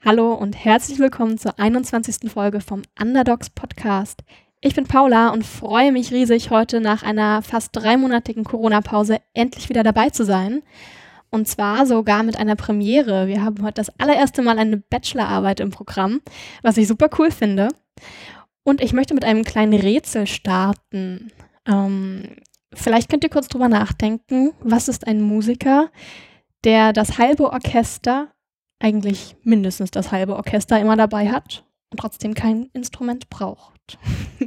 Hallo und herzlich willkommen zur 21. Folge vom Underdogs Podcast. Ich bin Paula und freue mich riesig, heute nach einer fast 3-monatigen Corona-Pause endlich wieder dabei zu sein. Und zwar sogar mit einer Premiere. Wir haben heute das allererste Mal eine Bachelorarbeit im Programm, was ich super cool finde. Und ich möchte mit einem kleinen Rätsel starten. Vielleicht könnt ihr kurz drüber nachdenken, was ist ein Musiker, der das halbe Orchester, eigentlich mindestens das halbe Orchester immer dabei hat und trotzdem kein Instrument braucht.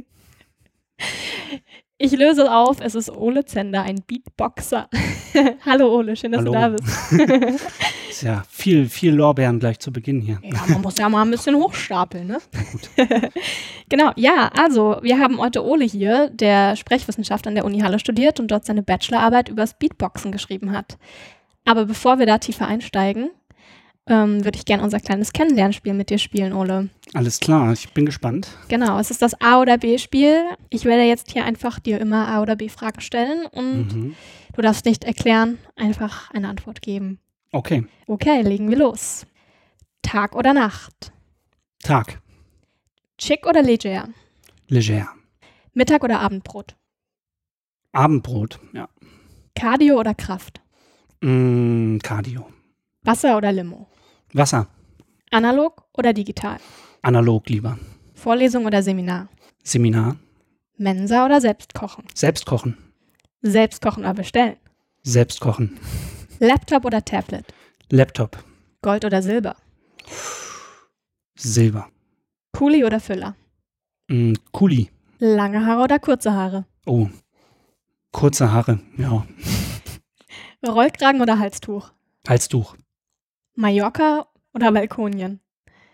Ich löse auf, es ist Ole Zender, ein Beatboxer. Hallo Ole, schön, dass Hallo. du da bist. Ist ja viel Lorbeeren gleich zu Beginn hier. Ja, man muss ja mal ein bisschen hochstapeln, ne? Genau, ja, also wir haben heute Ole hier, der Sprechwissenschaft an der Uni Halle studiert und dort seine Bachelorarbeit übers Beatboxen geschrieben hat. Aber bevor wir da tiefer einsteigen, würde ich gerne unser kleines Kennenlernspiel mit dir spielen, Ole. Alles klar, ich bin gespannt. Genau, es ist das A- oder B-Spiel. Ich werde jetzt hier einfach dir immer A- oder B-Fragen stellen und du darfst nicht erklären, einfach eine Antwort geben. Okay. Okay, legen wir los. Tag oder Nacht? Tag. Chic oder leger? Leger. Mittag oder Abendbrot? Abendbrot, ja. Cardio oder Kraft? Cardio. Wasser oder Limo? Wasser. Analog oder digital? Analog lieber. Vorlesung oder Seminar? Seminar. Mensa oder Selbstkochen? Selbstkochen. Selbstkochen oder bestellen? Selbstkochen. Laptop oder Tablet? Laptop. Gold oder Silber? Silber. Kuli oder Füller? Kuli. Lange Haare oder kurze Haare? Oh. Kurze Haare, ja. Rollkragen oder Halstuch? Halstuch. Mallorca oder Balkonien?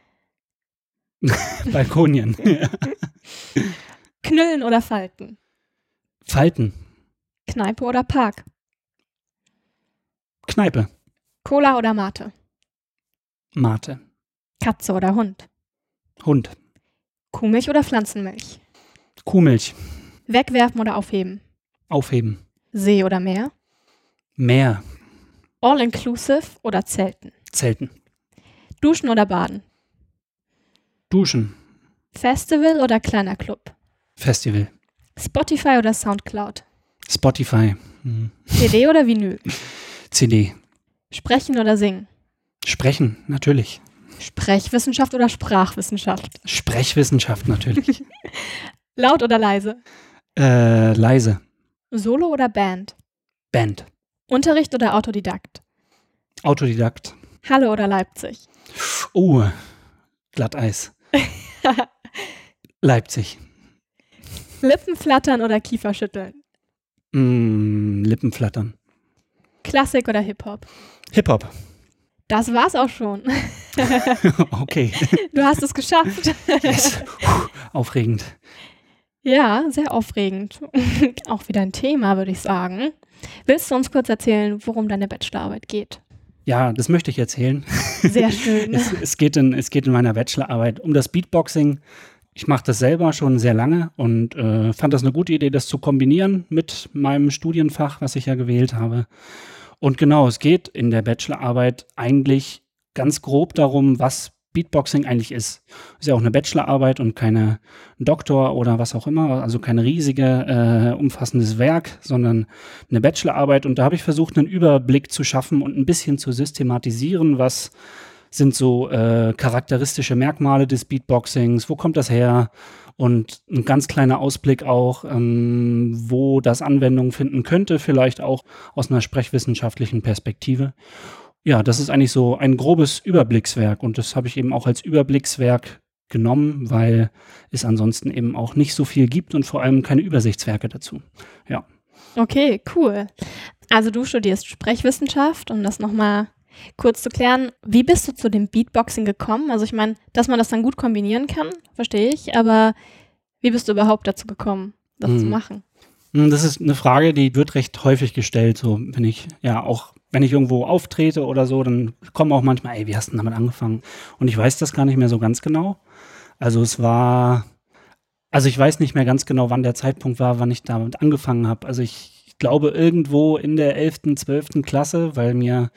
Balkonien. Knüllen oder Falten? Falten. Kneipe oder Park? Kneipe. Cola oder Mate? Mate. Katze oder Hund? Hund. Kuhmilch oder Pflanzenmilch? Kuhmilch. Wegwerfen oder aufheben? Aufheben. See oder Meer? Meer. All-inclusive oder Zelten? Zelten. Duschen oder Baden? Duschen. Festival oder kleiner Club? Festival. Spotify oder Soundcloud? Spotify. CD oder Vinyl? CD. Sprechen oder singen? Sprechen, natürlich. Sprechwissenschaft oder Sprachwissenschaft? Sprechwissenschaft, natürlich. Laut oder leise? Leise. Solo oder Band? Band. Unterricht oder Autodidakt? Autodidakt. Halle oder Leipzig? Oh, Glatteis. Leipzig. Lippen flattern oder Kiefer schütteln? Lippen flattern. Klassik oder Hip-Hop? Hip-Hop. Das war's auch schon. Okay. Du hast es geschafft. Yes. Aufregend. Ja, sehr aufregend. Auch wieder ein Thema, würde ich sagen. Willst du uns kurz erzählen, worum deine Bachelorarbeit geht? Ja, das möchte ich erzählen. Sehr schön. Es geht in meiner Bachelorarbeit um das Beatboxing. Ich mache das selber schon sehr lange und fand das eine gute Idee, das zu kombinieren mit meinem Studienfach, was ich ja gewählt habe. Und genau, es geht in der Bachelorarbeit eigentlich ganz grob darum, was Beatboxing eigentlich ist. Ist ja auch eine Bachelorarbeit und keine Doktor- oder was auch immer, also kein riesige, umfassendes Werk, sondern eine Bachelorarbeit. Und da habe ich versucht, einen Überblick zu schaffen und ein bisschen zu systematisieren, was sind so charakteristische Merkmale des Beatboxings, wo kommt das her? Und ein ganz kleiner Ausblick auch, wo das Anwendung finden könnte, vielleicht auch aus einer sprechwissenschaftlichen Perspektive. Ja, das ist eigentlich so ein grobes Überblickswerk und das habe ich eben auch als Überblickswerk genommen, weil es ansonsten eben auch nicht so viel gibt und vor allem keine Übersichtswerke dazu. Ja. Okay, cool. Also du studierst Sprechwissenschaft, um das nochmal kurz zu klären. Wie bist du zu dem Beatboxing gekommen? Also ich meine, dass man das dann gut kombinieren kann, verstehe ich, aber wie bist du überhaupt dazu gekommen, das zu machen? Das ist eine Frage, die wird recht häufig gestellt, so wenn ich irgendwo auftrete oder so, dann kommen auch manchmal, wie hast du denn damit angefangen? Und ich weiß das gar nicht mehr so ganz genau. Also ich weiß nicht mehr ganz genau, wann der Zeitpunkt war, wann ich damit angefangen habe. Also ich glaube irgendwo in der 11., 12. Klasse, weil mir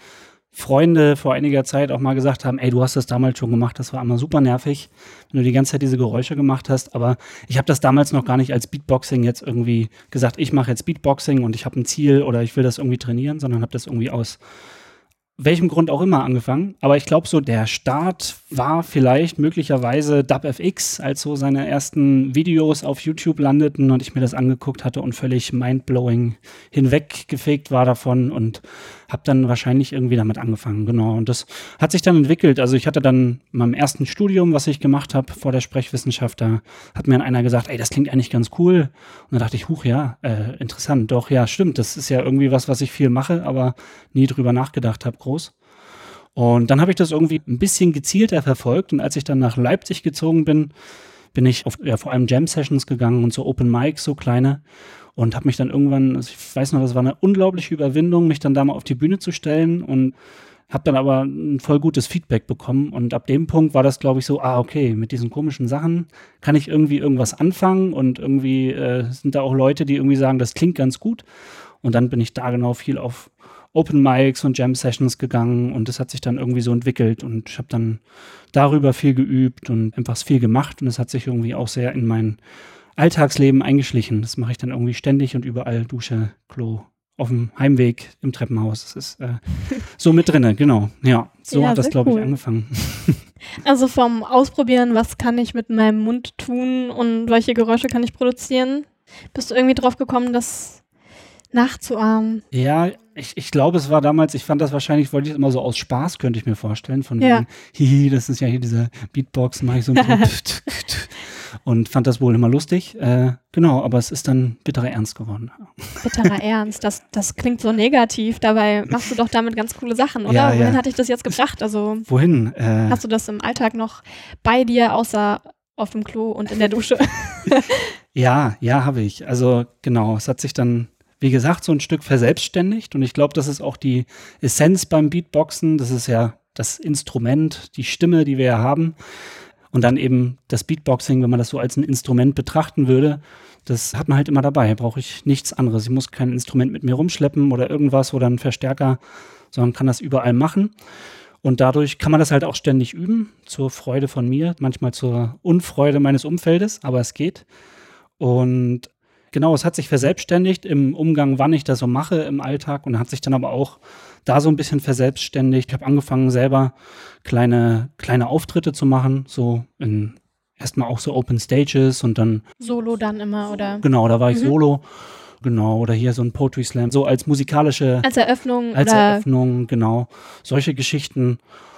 Freunde vor einiger Zeit auch mal gesagt haben, ey, du hast das damals schon gemacht, das war immer super nervig, wenn du die ganze Zeit diese Geräusche gemacht hast, aber ich habe das damals noch gar nicht als Beatboxing jetzt irgendwie gesagt, ich mache jetzt Beatboxing und ich habe ein Ziel oder ich will das irgendwie trainieren, sondern habe das irgendwie aus welchem Grund auch immer angefangen. Aber ich glaube so, der Start war vielleicht möglicherweise DubFX, als so seine ersten Videos auf YouTube landeten und ich mir das angeguckt hatte und völlig mindblowing hinweggefegt war davon und habe dann wahrscheinlich irgendwie damit angefangen, genau. Und das hat sich dann entwickelt. Also ich hatte dann in meinem ersten Studium, was ich gemacht habe vor der Sprechwissenschaft, da hat mir einer gesagt, ey, das klingt eigentlich ganz cool. Und da dachte ich, huch, ja, interessant. Doch, ja, stimmt. Das ist ja irgendwie was ich viel mache, aber nie drüber nachgedacht habe, groß. Und dann habe ich das irgendwie ein bisschen gezielter verfolgt. Und als ich dann nach Leipzig gezogen bin, bin ich auf vor allem Jam-Sessions gegangen und so Open Mics, so kleine. Und habe mich dann irgendwann, also ich weiß noch, das war eine unglaubliche Überwindung, mich dann da mal auf die Bühne zu stellen und habe dann aber ein voll gutes Feedback bekommen. Und ab dem Punkt war das, glaube ich, so, okay, mit diesen komischen Sachen kann ich irgendwie irgendwas anfangen und irgendwie sind da auch Leute, die irgendwie sagen, das klingt ganz gut. Und dann bin ich da genau viel auf Open Mics und Jam Sessions gegangen und das hat sich dann irgendwie so entwickelt und ich habe dann darüber viel geübt und einfach viel gemacht und es hat sich irgendwie auch sehr in mein Alltagsleben eingeschlichen. Das mache ich dann irgendwie ständig und überall, Dusche, Klo, auf dem Heimweg, im Treppenhaus. Das ist so mit drinne, genau. Ja, so hat das, glaube ich, angefangen. Also vom Ausprobieren, was kann ich mit meinem Mund tun und welche Geräusche kann ich produzieren, bist du irgendwie drauf gekommen, das nachzuahmen? Ja, ich glaube, es war damals, ich fand das wahrscheinlich, wollte ich immer so aus Spaß, könnte ich mir vorstellen, von wegen, hihi, das ist ja hier diese Beatbox, mache ich so ein und fand das wohl immer lustig. Genau, aber es ist dann bitterer Ernst geworden. Bitterer Ernst, das klingt so negativ, dabei machst du doch damit ganz coole Sachen, oder? Ja, Wohin hat dich das jetzt gebracht? Also wohin? Hast du das im Alltag noch bei dir, außer auf dem Klo und in der Dusche? Ja, habe ich. Also genau, es hat sich dann, wie gesagt, so ein Stück verselbstständigt und ich glaube, das ist auch die Essenz beim Beatboxen. Das ist ja das Instrument, die Stimme, die wir ja haben. Und dann eben das Beatboxing, wenn man das so als ein Instrument betrachten würde, das hat man halt immer dabei. Brauche ich nichts anderes. Ich muss kein Instrument mit mir rumschleppen oder irgendwas oder einen Verstärker, sondern kann das überall machen. Und dadurch kann man das halt auch ständig üben, zur Freude von mir, manchmal zur Unfreude meines Umfeldes, aber es geht. Und genau, es hat sich verselbstständigt im Umgang, wann ich das so mache im Alltag und hat sich dann aber auch da so ein bisschen verselbstständigt. Ich habe angefangen, selber kleine Auftritte zu machen, so erstmal auch so Open Stages und dann Solo dann immer, oder? Genau, da war ich Solo. Genau, oder hier so ein Poetry Slam, so als musikalische Als Eröffnung. Eröffnung, genau, solche Geschichten.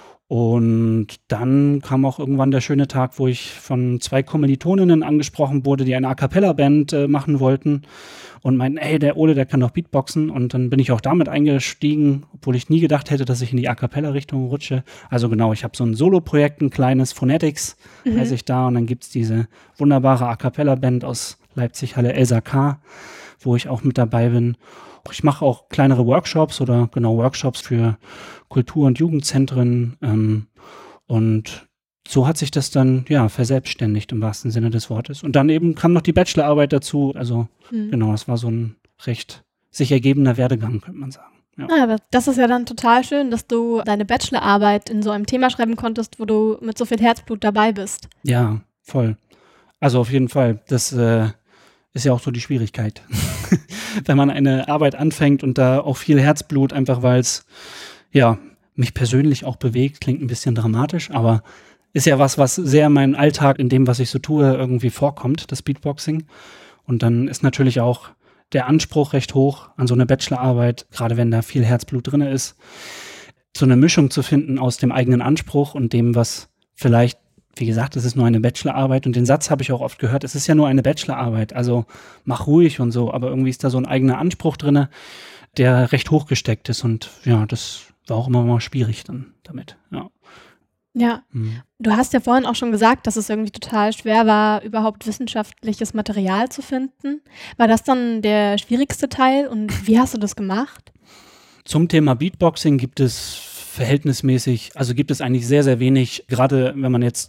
Und dann kam auch irgendwann der schöne Tag, wo ich von 2 Kommilitoninnen angesprochen wurde, die eine A-Cappella-Band machen wollten und meinten, ey, der Ole, der kann doch Beatboxen. Und dann bin ich auch damit eingestiegen, obwohl ich nie gedacht hätte, dass ich in die A-Cappella-Richtung rutsche. Also genau, ich habe so ein Solo-Projekt, ein kleines Phonetics, heiße ich da. Und dann gibt es diese wunderbare A-Cappella-Band aus Leipzig, Halle Elsa K., wo ich auch mit dabei bin. Ich mache auch kleinere Workshops oder genau Workshops für Kultur- und Jugendzentren. Und so hat sich das dann verselbstständigt im wahrsten Sinne des Wortes. Und dann eben kam noch die Bachelorarbeit dazu. Also genau, das war so ein recht sich ergebener Werdegang, könnte man sagen. Ja. Aber das ist ja dann total schön, dass du deine Bachelorarbeit in so einem Thema schreiben konntest, wo du mit so viel Herzblut dabei bist. Ja, voll. Also auf jeden Fall. Das ist ja auch so die Schwierigkeit. Wenn man eine Arbeit anfängt und da auch viel Herzblut, einfach weil es mich persönlich auch bewegt, klingt ein bisschen dramatisch, aber ist ja was sehr in meinem Alltag, in dem, was ich so tue, irgendwie vorkommt, das Beatboxing. Und dann ist natürlich auch der Anspruch recht hoch an so eine Bachelorarbeit, gerade wenn da viel Herzblut drin ist, so eine Mischung zu finden aus dem eigenen Anspruch und dem, was vielleicht, wie gesagt, es ist nur eine Bachelorarbeit und den Satz habe ich auch oft gehört, es ist ja nur eine Bachelorarbeit, also mach ruhig und so, aber irgendwie ist da so ein eigener Anspruch drin, der recht hoch gesteckt ist und ja, das war auch immer mal schwierig dann damit, ja. Ja, du hast ja vorhin auch schon gesagt, dass es irgendwie total schwer war, überhaupt wissenschaftliches Material zu finden. War das dann der schwierigste Teil und wie hast du das gemacht? Zum Thema Beatboxing gibt es verhältnismäßig, also gibt es eigentlich sehr, sehr wenig, gerade wenn man jetzt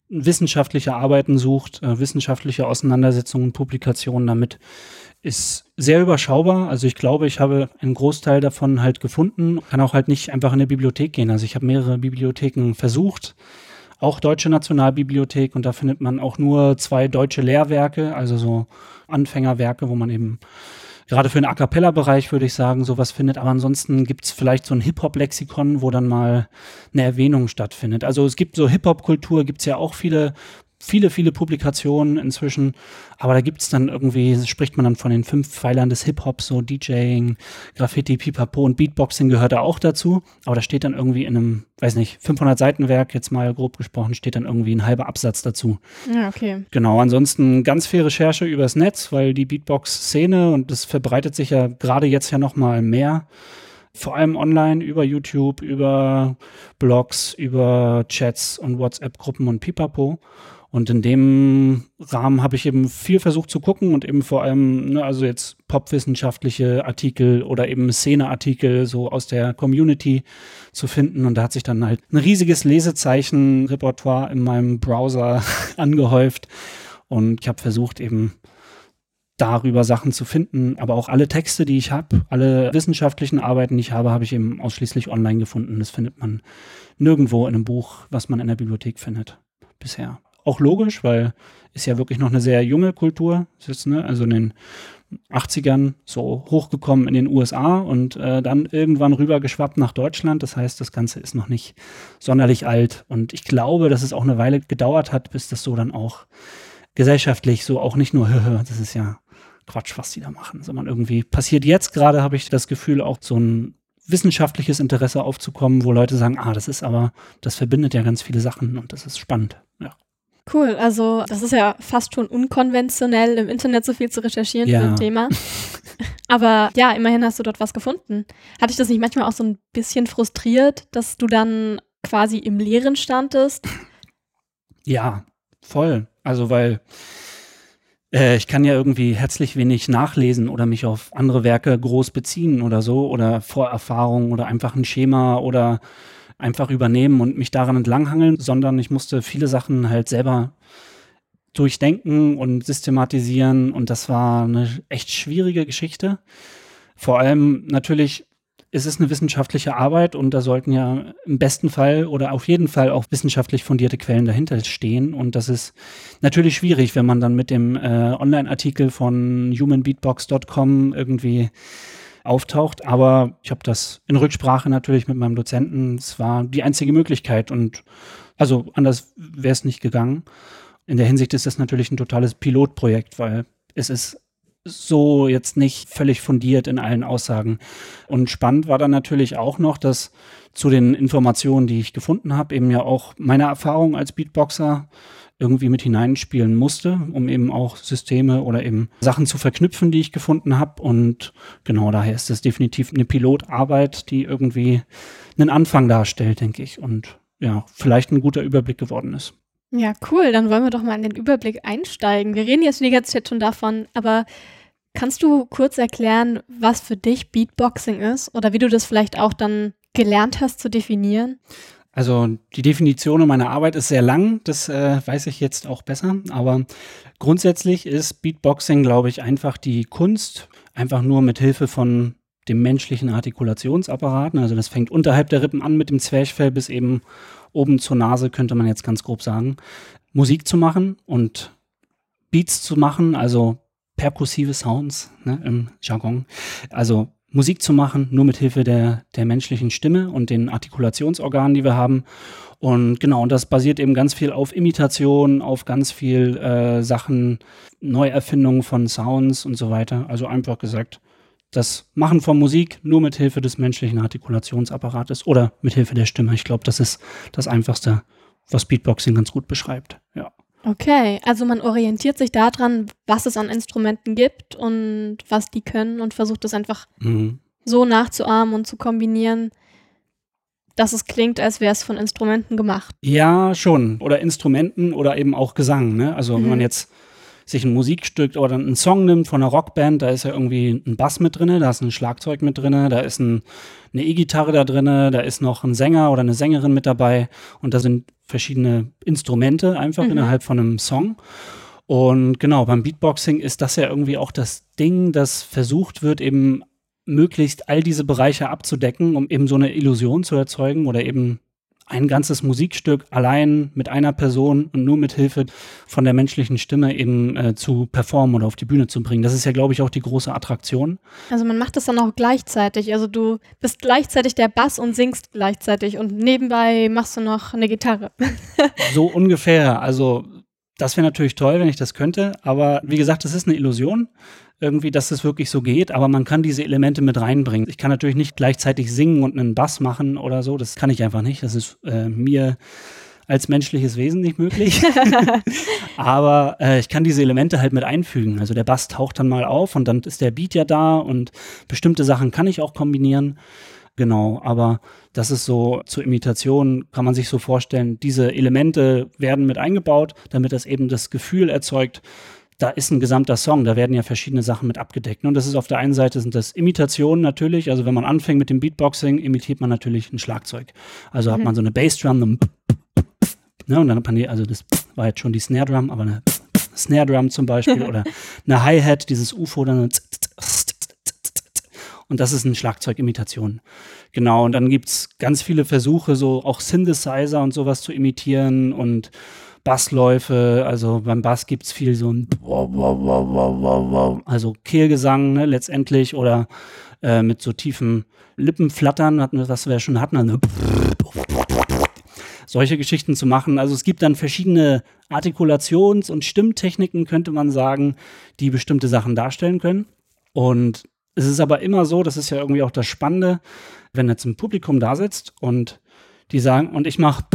wissenschaftliche Arbeiten sucht, wissenschaftliche Auseinandersetzungen, Publikationen damit, ist sehr überschaubar. Also ich glaube, ich habe einen Großteil davon halt gefunden, kann auch halt nicht einfach in eine Bibliothek gehen. Also ich habe mehrere Bibliotheken versucht, auch Deutsche Nationalbibliothek, und da findet man auch nur 2 deutsche Lehrwerke, also so Anfängerwerke, wo man eben gerade für den A-Cappella-Bereich, würde ich sagen, sowas findet. Aber ansonsten gibt es vielleicht so ein Hip-Hop-Lexikon, wo dann mal eine Erwähnung stattfindet. Also es gibt so Hip-Hop-Kultur, gibt es ja auch viele Publikationen inzwischen, aber da gibt es dann irgendwie, spricht man dann von den 5 Pfeilern des Hip-Hops, so DJing, Graffiti, Pipapo und Beatboxing gehört da auch dazu, aber da steht dann irgendwie in einem, weiß nicht, 500-Seiten-Werk, jetzt mal grob gesprochen, steht dann irgendwie ein halber Absatz dazu. Ja, okay. Genau, ansonsten ganz viel Recherche übers Netz, weil die Beatbox-Szene, und das verbreitet sich ja gerade jetzt ja noch mal mehr, vor allem online, über YouTube, über Blogs, über Chats und WhatsApp-Gruppen und Pipapo. Und in dem Rahmen habe ich eben viel versucht zu gucken und eben vor allem, ne, also jetzt popwissenschaftliche Artikel oder eben Szeneartikel so aus der Community zu finden. Und da hat sich dann halt ein riesiges Lesezeichen-Repertoire in meinem Browser angehäuft. Und ich habe versucht eben darüber Sachen zu finden, aber auch alle Texte, die ich habe, alle wissenschaftlichen Arbeiten, die ich habe ich eben ausschließlich online gefunden. Das findet man nirgendwo in einem Buch, was man in der Bibliothek findet bisher. Auch logisch, weil ist ja wirklich noch eine sehr junge Kultur, ist, ne? Also in den 80ern so hochgekommen in den USA und dann irgendwann rübergeschwappt nach Deutschland. Das heißt, das Ganze ist noch nicht sonderlich alt. Und ich glaube, dass es auch eine Weile gedauert hat, bis das so dann auch gesellschaftlich so auch nicht nur, das ist ja Quatsch, was die da machen, sondern irgendwie passiert jetzt gerade, habe ich das Gefühl, auch so ein wissenschaftliches Interesse aufzukommen, wo Leute sagen, das verbindet ja ganz viele Sachen und das ist spannend, ja. Cool, also das ist ja fast schon unkonventionell, im Internet so viel zu recherchieren für ein Thema. Aber ja, immerhin hast du dort was gefunden. Hat dich das nicht manchmal auch so ein bisschen frustriert, dass du dann quasi im Leeren standest? Ja, voll. Also weil ich kann ja irgendwie herzlich wenig nachlesen oder mich auf andere Werke groß beziehen oder so oder Vorerfahrungen oder einfach ein Schema oder einfach übernehmen und mich daran entlanghangeln, sondern ich musste viele Sachen halt selber durchdenken und systematisieren und das war eine echt schwierige Geschichte. Vor allem natürlich ist es eine wissenschaftliche Arbeit und da sollten ja im besten Fall oder auf jeden Fall auch wissenschaftlich fundierte Quellen dahinter stehen und das ist natürlich schwierig, wenn man dann mit dem Online-Artikel von humanbeatbox.com irgendwie auftaucht, aber ich habe das in Rücksprache natürlich mit meinem Dozenten, es war die einzige Möglichkeit und also anders wäre es nicht gegangen. In der Hinsicht ist das natürlich ein totales Pilotprojekt, weil es ist so jetzt nicht völlig fundiert in allen Aussagen. Und spannend war dann natürlich auch noch, dass zu den Informationen, die ich gefunden habe, eben ja auch meine Erfahrung als Beatboxer irgendwie mit hineinspielen musste, um eben auch Systeme oder eben Sachen zu verknüpfen, die ich gefunden habe. Und genau daher ist es definitiv eine Pilotarbeit, die irgendwie einen Anfang darstellt, denke ich. Und ja, vielleicht ein guter Überblick geworden ist. Ja, cool. Dann wollen wir doch mal in den Überblick einsteigen. Wir reden jetzt die ganze Zeit schon davon, aber kannst du kurz erklären, was für dich Beatboxing ist oder wie du das vielleicht auch dann gelernt hast zu definieren? Also die Definition meiner Arbeit ist sehr lang, das weiß ich jetzt auch besser, aber grundsätzlich ist Beatboxing, glaube ich, einfach die Kunst, einfach nur mit Hilfe von dem menschlichen Artikulationsapparaten, also das fängt unterhalb der Rippen an mit dem Zwerchfell bis eben oben zur Nase, könnte man jetzt ganz grob sagen, Musik zu machen und Beats zu machen, also perkussive Sounds, ne, im Jargon, also Musik zu machen, nur mit Hilfe der menschlichen Stimme und den Artikulationsorganen, die wir haben. Und genau, und das basiert eben ganz viel auf Imitation, auf ganz viel Sachen, Neuerfindungen von Sounds und so weiter. Also einfach gesagt, das Machen von Musik nur mit Hilfe des menschlichen Artikulationsapparates oder mit Hilfe der Stimme. Ich glaube, das ist das Einfachste, was Beatboxing ganz gut beschreibt, ja. Okay, also man orientiert sich daran, was es an Instrumenten gibt und was die können und versucht es einfach so nachzuahmen und zu kombinieren, dass es klingt, als wäre es von Instrumenten gemacht. Ja, schon. Oder Instrumenten oder eben auch Gesang, ne? Also wenn man jetzt sich ein Musikstück oder einen Song nimmt von einer Rockband, da ist ja irgendwie ein Bass mit drin, da ist ein Schlagzeug mit drin, da ist eine E-Gitarre da drin, da ist noch ein Sänger oder eine Sängerin mit dabei und da sind verschiedene Instrumente einfach innerhalb von einem Song. Und genau, beim Beatboxing ist das ja irgendwie auch das Ding, das versucht wird, eben möglichst all diese Bereiche abzudecken, um eben so eine Illusion zu erzeugen oder eben ein ganzes Musikstück allein mit einer Person und nur mit Hilfe von der menschlichen Stimme eben zu performen oder auf die Bühne zu bringen. Das ist ja, glaube ich, auch die große Attraktion. Also man macht das dann auch gleichzeitig. Also du bist gleichzeitig der Bass und singst gleichzeitig und nebenbei machst du noch eine Gitarre. So ungefähr. Also das wäre natürlich toll, wenn ich das könnte. Aber wie gesagt, das ist eine Illusion. Irgendwie, dass es wirklich so geht, aber man kann diese Elemente mit reinbringen. Ich kann natürlich nicht gleichzeitig singen und einen Bass machen oder so, das kann ich einfach nicht. Das ist mir als menschliches Wesen nicht möglich. Aber ich kann diese Elemente halt mit einfügen. Also der Bass taucht dann mal auf und dann ist der Beat ja da und bestimmte Sachen kann ich auch kombinieren. Genau, aber das ist so, zur Imitation kann man sich so vorstellen, diese Elemente werden mit eingebaut, damit das eben das Gefühl erzeugt, da ist ein gesamter Song, da werden ja verschiedene Sachen mit abgedeckt. Und das ist auf der einen Seite sind das Imitationen natürlich, also wenn man anfängt mit dem Beatboxing, imitiert man natürlich ein Schlagzeug. Also hat man so eine Bassdrum, ne, und dann hat man also das war jetzt schon die Snare Drum, aber eine Snare Drum zum Beispiel oder eine Hi-Hat, dieses UFO, dann und das ist eine Schlagzeugimitation. Genau, und dann gibt's ganz viele Versuche, so auch Synthesizer und sowas zu imitieren und Bassläufe, also beim Bass gibt's viel so ein also Kehlgesang, ne, letztendlich oder mit so tiefen Lippenflattern, was wir schon hatten, also solche Geschichten zu machen. Also es gibt dann verschiedene Artikulations- und Stimmtechniken, könnte man sagen, die bestimmte Sachen darstellen können. Und es ist aber immer so, das ist ja irgendwie auch das Spannende, wenn jetzt ein Publikum da sitzt und die sagen, und ich mache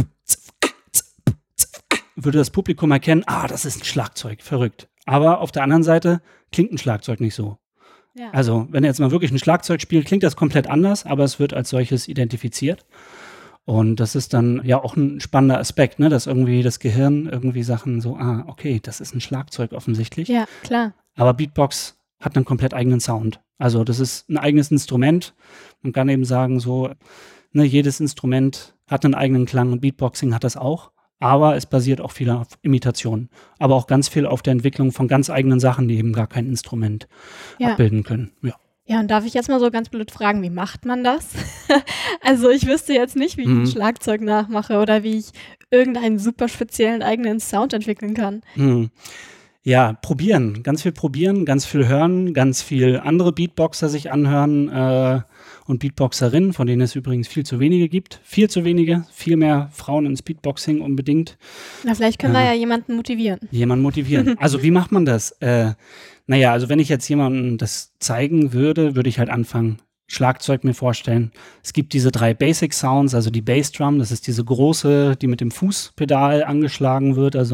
würde das Publikum erkennen, das ist ein Schlagzeug, verrückt. Aber auf der anderen Seite klingt ein Schlagzeug nicht so. Ja. Also, wenn er jetzt mal wirklich ein Schlagzeug spielt, klingt das komplett anders, aber es wird als solches identifiziert. Und das ist dann ja auch ein spannender Aspekt, ne, dass irgendwie das Gehirn irgendwie Sachen so, okay, das ist ein Schlagzeug offensichtlich. Ja, klar. Aber Beatbox hat einen komplett eigenen Sound. Also, das ist ein eigenes Instrument. Man kann eben sagen, so, ne, jedes Instrument hat einen eigenen Klang und Beatboxing hat das auch. Aber es basiert auch viel auf Imitationen. Aber auch ganz viel auf der Entwicklung von ganz eigenen Sachen, die eben gar kein Instrument abbilden können. Ja. Ja, und darf ich jetzt mal so ganz blöd fragen, wie macht man das? Also ich wüsste jetzt nicht, wie ich ein Schlagzeug nachmache oder wie ich irgendeinen super speziellen eigenen Sound entwickeln kann. Ja, probieren, ganz viel hören, ganz viel andere Beatboxer sich anhören und Beatboxerinnen, von denen es übrigens viel zu wenige gibt. Viel zu wenige, viel mehr Frauen ins Beatboxing unbedingt. Na, vielleicht können wir ja jemanden motivieren. Also wie macht man das? Also wenn ich jetzt jemandem das zeigen würde, würde ich halt anfangen, Schlagzeug mir vorstellen. Es gibt diese 3 Basic Sounds, also die Bassdrum, das ist diese große, die mit dem Fußpedal angeschlagen wird, also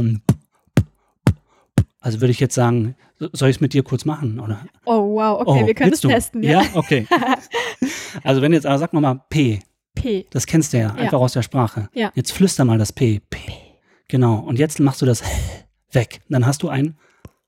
würde ich jetzt sagen, soll ich es mit dir kurz machen, oder? Oh, wow, okay, wir können es testen. Ja, okay. Also wenn jetzt, sag mal P. P. Das kennst du ja, einfach aus der Sprache. Ja. Jetzt flüster mal das P. P. Genau, und jetzt machst du das weg. Dann hast du ein,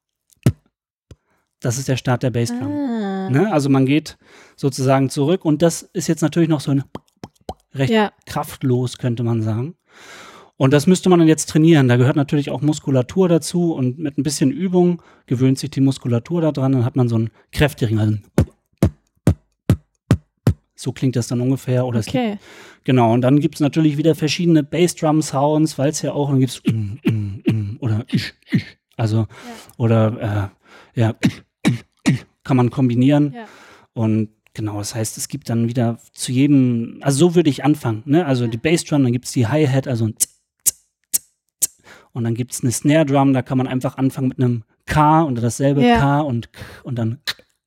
das ist der Start der Bassdrum. Ne? Also man geht sozusagen zurück und das ist jetzt natürlich noch so ein recht kraftlos, könnte man sagen. Und das müsste man dann jetzt trainieren. Da gehört natürlich auch Muskulatur dazu und mit ein bisschen Übung gewöhnt sich die Muskulatur daran, dann hat man so einen kräftigen, also so klingt das dann ungefähr. Oder genau, und dann gibt es natürlich wieder verschiedene Bassdrum-Sounds, weil es ja auch, dann gibt es oder also oder kann man kombinieren. Ja. Und genau, das heißt, es gibt dann wieder zu jedem, also so würde ich anfangen, ne? Also die Bassdrum, dann gibt es die Hi-Hat, also ein und dann gibt es eine Snare Drum, da kann man einfach anfangen mit einem K und dasselbe K und dann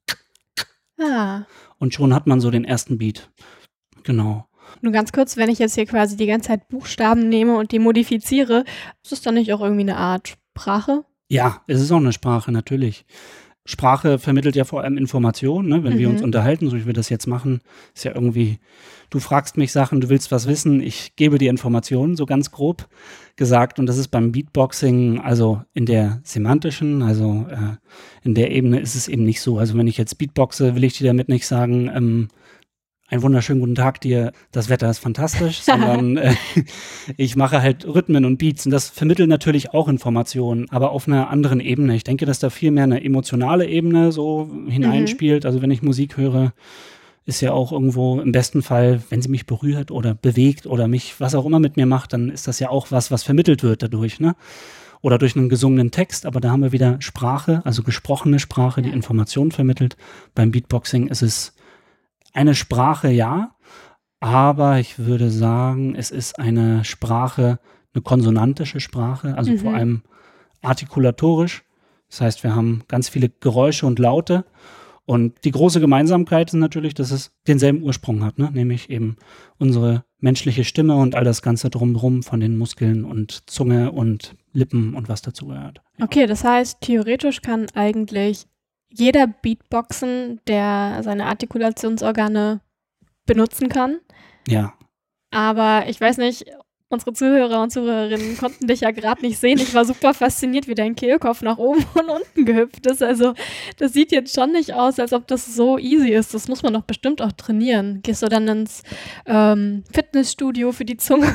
und schon hat man so den ersten Beat. Genau. Nur ganz kurz, wenn ich jetzt hier quasi die ganze Zeit Buchstaben nehme und die modifiziere, ist das dann nicht auch irgendwie eine Art Sprache? Ja, es ist auch eine Sprache, natürlich. Sprache vermittelt ja vor allem Informationen, ne? Wenn wir uns unterhalten, so wie wir das jetzt machen, ist ja irgendwie, du fragst mich Sachen, du willst was wissen, ich gebe dir Informationen, so ganz grob gesagt. Und das ist beim Beatboxing, also in der semantischen, also in der Ebene ist es eben nicht so. Also wenn ich jetzt Beatboxe, will ich dir damit nicht sagen, einen wunderschönen guten Tag dir, das Wetter ist fantastisch, sondern ich mache halt Rhythmen und Beats und das vermittelt natürlich auch Informationen, aber auf einer anderen Ebene. Ich denke, dass da viel mehr eine emotionale Ebene so hineinspielt. Also wenn ich Musik höre, ist ja auch irgendwo im besten Fall, wenn sie mich berührt oder bewegt oder mich, was auch immer mit mir macht, dann ist das ja auch was vermittelt wird dadurch, ne? Oder durch einen gesungenen Text, aber da haben wir wieder Sprache, also gesprochene Sprache, die Informationen vermittelt. Beim Beatboxing ist es eine Sprache, ja, aber ich würde sagen, es ist eine Sprache, eine konsonantische Sprache, also vor allem artikulatorisch. Das heißt, wir haben ganz viele Geräusche und Laute. Und die große Gemeinsamkeit ist natürlich, dass es denselben Ursprung hat, ne? Nämlich eben unsere menschliche Stimme und all das Ganze drumherum von den Muskeln und Zunge und Lippen und was dazu gehört. Ja. Okay, das heißt, theoretisch kann eigentlich jeder Beatboxen, der seine Artikulationsorgane benutzen kann. Ja. Aber ich weiß nicht, unsere Zuhörer und Zuhörerinnen konnten dich ja gerade nicht sehen. Ich war super fasziniert, wie dein Kehlkopf nach oben und unten gehüpft ist. Also das sieht jetzt schon nicht aus, als ob das so easy ist. Das muss man doch bestimmt auch trainieren. Gehst du dann ins Fitnessstudio für die Zunge?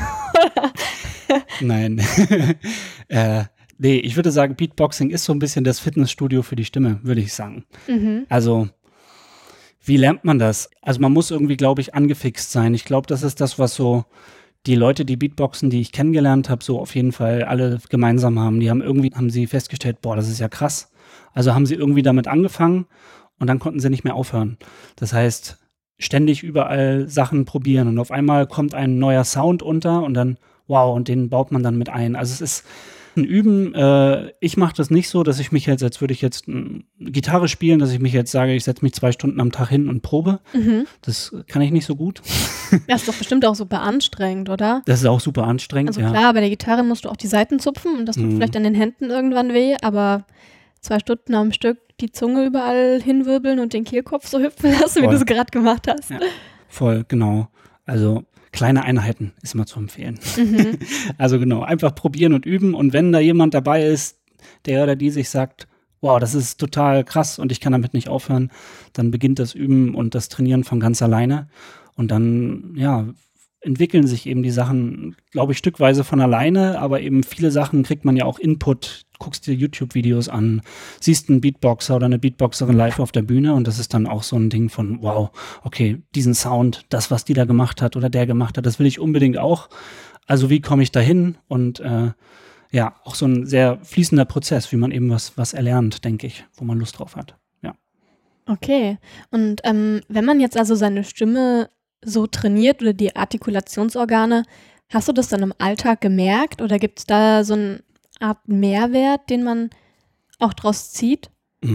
Nein. Nee, ich würde sagen, Beatboxing ist so ein bisschen das Fitnessstudio für die Stimme, würde ich sagen. Also, wie lernt man das? Also man muss irgendwie, glaube ich, angefixt sein. Ich glaube, das ist das, was so die Leute, die Beatboxen, die ich kennengelernt habe, so auf jeden Fall alle gemeinsam haben. Haben sie festgestellt, boah, das ist ja krass. Also haben sie irgendwie damit angefangen und dann konnten sie nicht mehr aufhören. Das heißt, ständig überall Sachen probieren und auf einmal kommt ein neuer Sound unter und dann, wow, und den baut man dann mit ein. Also es ist ein Üben. Ich mache das nicht so, dass ich mich jetzt, als würde ich jetzt Gitarre spielen, dass ich mich jetzt sage, ich setze mich 2 Stunden am Tag hin und probe. Das kann ich nicht so gut. Das ist doch bestimmt auch super anstrengend, oder? Das ist auch super anstrengend, Also klar, bei der Gitarre musst du auch die Saiten zupfen und das tut vielleicht an den Händen irgendwann weh, aber 2 Stunden am Stück die Zunge überall hinwirbeln und den Kehlkopf so hüpfen lassen, wie du es gerade gemacht hast. Ja, voll, genau. Also kleine Einheiten ist immer zu empfehlen. Also genau, einfach probieren und üben. Und wenn da jemand dabei ist, der oder die sich sagt, wow, das ist total krass und ich kann damit nicht aufhören, dann beginnt das Üben und das Trainieren von ganz alleine. Und dann, ja, entwickeln sich eben die Sachen, glaube ich, stückweise von alleine, aber eben viele Sachen kriegt man ja auch Input, guckst dir YouTube-Videos an, siehst einen Beatboxer oder eine Beatboxerin live auf der Bühne und das ist dann auch so ein Ding von, wow, okay, diesen Sound, das, was die da gemacht hat oder der gemacht hat, das will ich unbedingt auch. Also wie komme ich da hin? Und ja, auch so ein sehr fließender Prozess, wie man eben was erlernt, denke ich, wo man Lust drauf hat. Ja. Okay. Und wenn man jetzt also seine Stimme so trainiert oder die Artikulationsorgane, hast du das dann im Alltag gemerkt oder gibt es da so eine Art Mehrwert, den man auch draus zieht?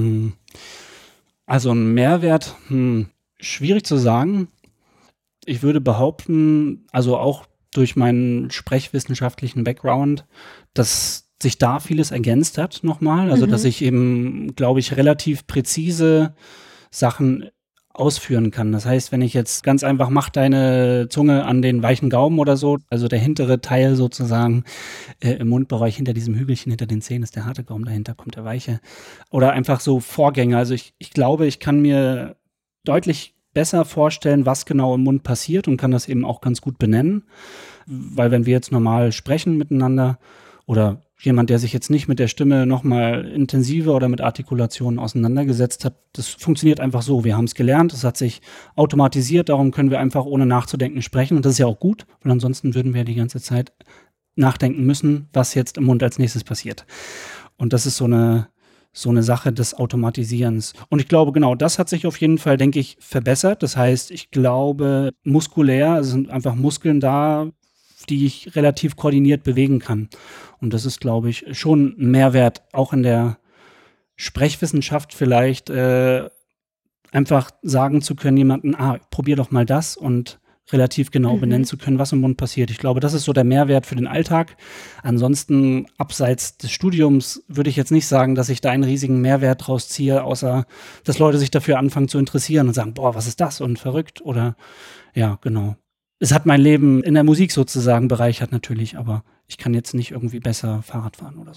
Also ein Mehrwert, schwierig zu sagen. Ich würde behaupten, also auch durch meinen sprechwissenschaftlichen Background, dass sich da vieles ergänzt hat nochmal. Also dass ich eben, glaube ich, relativ präzise Sachen ausführen kann. Das heißt, wenn ich jetzt ganz einfach mach deine Zunge an den weichen Gaumen oder so, also der hintere Teil sozusagen im Mundbereich hinter diesem Hügelchen, hinter den Zähnen ist der harte Gaumen, dahinter kommt der weiche. Oder einfach so Vorgänge. Also ich glaube, ich kann mir deutlich besser vorstellen, was genau im Mund passiert und kann das eben auch ganz gut benennen. Weil wenn wir jetzt normal sprechen miteinander oder jemand, der sich jetzt nicht mit der Stimme nochmal intensiver oder mit Artikulationen auseinandergesetzt hat, das funktioniert einfach so. Wir haben es gelernt, es hat sich automatisiert, darum können wir einfach ohne nachzudenken sprechen und das ist ja auch gut, weil ansonsten würden wir die ganze Zeit nachdenken müssen, was jetzt im Mund als nächstes passiert. Und das ist so eine Sache des Automatisierens. Und ich glaube, genau, das hat sich auf jeden Fall, denke ich, verbessert. Das heißt, ich glaube, muskulär sind einfach Muskeln da, die ich relativ koordiniert bewegen kann. Und das ist, glaube ich, schon ein Mehrwert, auch in der Sprechwissenschaft vielleicht einfach sagen zu können, jemanden, probier doch mal das und relativ genau benennen zu können, was im Mund passiert. Ich glaube, das ist so der Mehrwert für den Alltag. Ansonsten, abseits des Studiums, würde ich jetzt nicht sagen, dass ich da einen riesigen Mehrwert draus ziehe, außer, dass Leute sich dafür anfangen zu interessieren und sagen, boah, was ist das? Und verrückt oder, ja, genau. Es hat mein Leben in der Musik sozusagen bereichert natürlich, aber ich kann jetzt nicht irgendwie besser Fahrrad fahren oder so.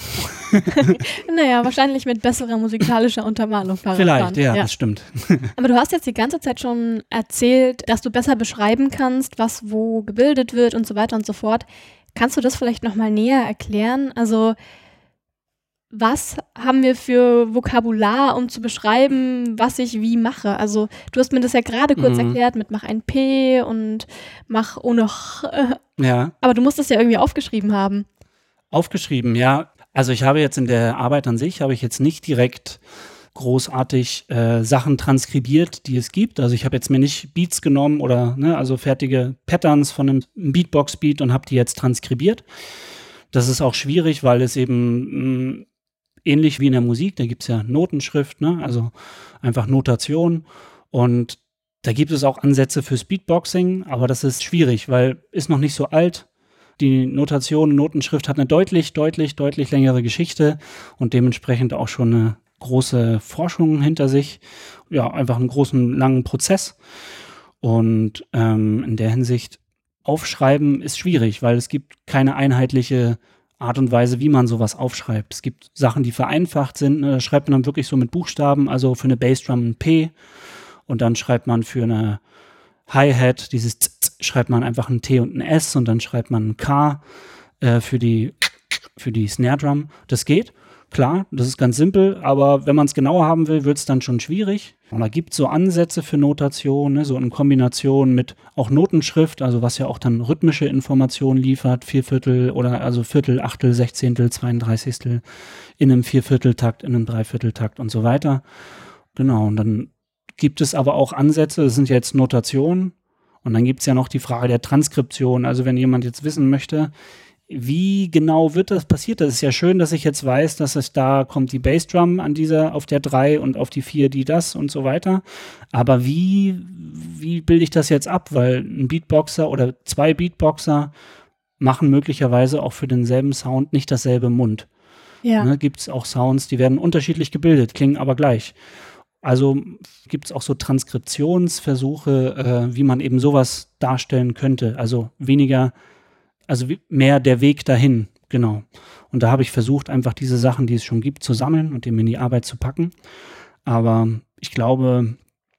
Naja, wahrscheinlich mit besserer musikalischer Untermalung Fahrrad Vielleicht, fahren. ja, das stimmt. Aber du hast jetzt die ganze Zeit schon erzählt, dass du besser beschreiben kannst, was wo gebildet wird und so weiter und so fort. Kannst du das vielleicht nochmal näher erklären? Also was haben wir für Vokabular, um zu beschreiben, was ich wie mache? Also du hast mir das ja gerade kurz erklärt mit mach ein P und mach ohne Ch. Ja. Aber du musst das ja irgendwie aufgeschrieben haben. Aufgeschrieben, ja. Also ich habe jetzt in der Arbeit an sich, habe ich jetzt nicht direkt großartig Sachen transkribiert, die es gibt. Also ich habe jetzt mir nicht Beats genommen oder also fertige Patterns von einem Beatbox-Beat und habe die jetzt transkribiert. Das ist auch schwierig, weil es eben ähnlich wie in der Musik, da gibt es ja Notenschrift, also einfach Notation. Und da gibt es auch Ansätze fürs Beatboxing, aber das ist schwierig, weil ist noch nicht so alt. Die Notation, Notenschrift hat eine deutlich längere Geschichte und dementsprechend auch schon eine große Forschung hinter sich. Ja, einfach einen großen, langen Prozess. Und in der Hinsicht aufschreiben ist schwierig, weil es gibt keine einheitliche Art und Weise, wie man sowas aufschreibt. Es gibt Sachen, die vereinfacht sind. Da schreibt man dann wirklich so mit Buchstaben, also für eine Bassdrum ein P und dann schreibt man für eine Hi-Hat, dieses schreibt man einfach ein T und ein S und dann schreibt man ein K für die Snare Drum. Das geht, klar, das ist ganz simpel, aber wenn man es genauer haben will, wird es dann schon schwierig. Und da gibt es so Ansätze für Notation, so in Kombination mit auch Notenschrift, also was ja auch dann rhythmische Informationen liefert, Vierviertel oder also Viertel, Achtel, Sechzehntel, 32. in einem Viervierteltakt, in einem Dreivierteltakt und so weiter. Genau, und dann gibt es aber auch Ansätze, das sind jetzt Notationen und dann gibt es ja noch die Frage der Transkription, also wenn jemand jetzt wissen möchte, wie genau wird das passiert? Das ist ja schön, dass ich jetzt weiß, dass es da kommt die Bassdrum auf der 3 und auf die 4 die das und so weiter. Aber wie bilde ich das jetzt ab? Weil ein Beatboxer oder zwei Beatboxer machen möglicherweise auch für denselben Sound nicht dasselbe Mund. Ja. Gibt es auch Sounds, die werden unterschiedlich gebildet, klingen aber gleich. Also gibt es auch so Transkriptionsversuche, wie man eben sowas darstellen könnte. Also mehr der Weg dahin, genau. Und da habe ich versucht, einfach diese Sachen, die es schon gibt, zu sammeln und eben in die Arbeit zu packen. Aber ich glaube,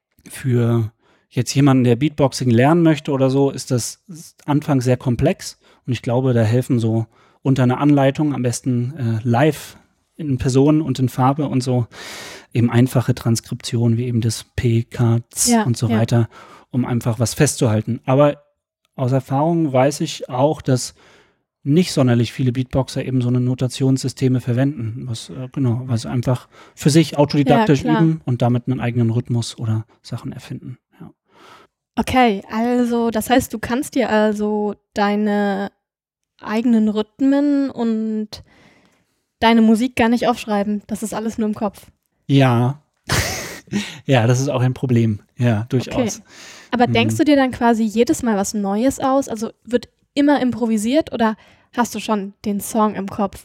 für jetzt jemanden, der Beatboxing lernen möchte oder so, ist das anfangs sehr komplex. Und ich glaube, da helfen so unter einer Anleitung, am besten live in Person und in Farbe und so, eben einfache Transkriptionen wie eben das P, K, Z und so weiter, um einfach was festzuhalten. Aber aus Erfahrung weiß ich auch, dass nicht sonderlich viele Beatboxer eben so eine Notationssysteme verwenden, was einfach für sich autodidaktisch üben und damit einen eigenen Rhythmus oder Sachen erfinden. Ja. Okay, also das heißt, du kannst dir also deine eigenen Rhythmen und deine Musik gar nicht aufschreiben. Das ist alles nur im Kopf. Ja. Ja, das ist auch ein Problem. Ja, durchaus. Okay. Aber denkst du dir dann quasi jedes Mal was Neues aus? Also wird immer improvisiert oder hast du schon den Song im Kopf?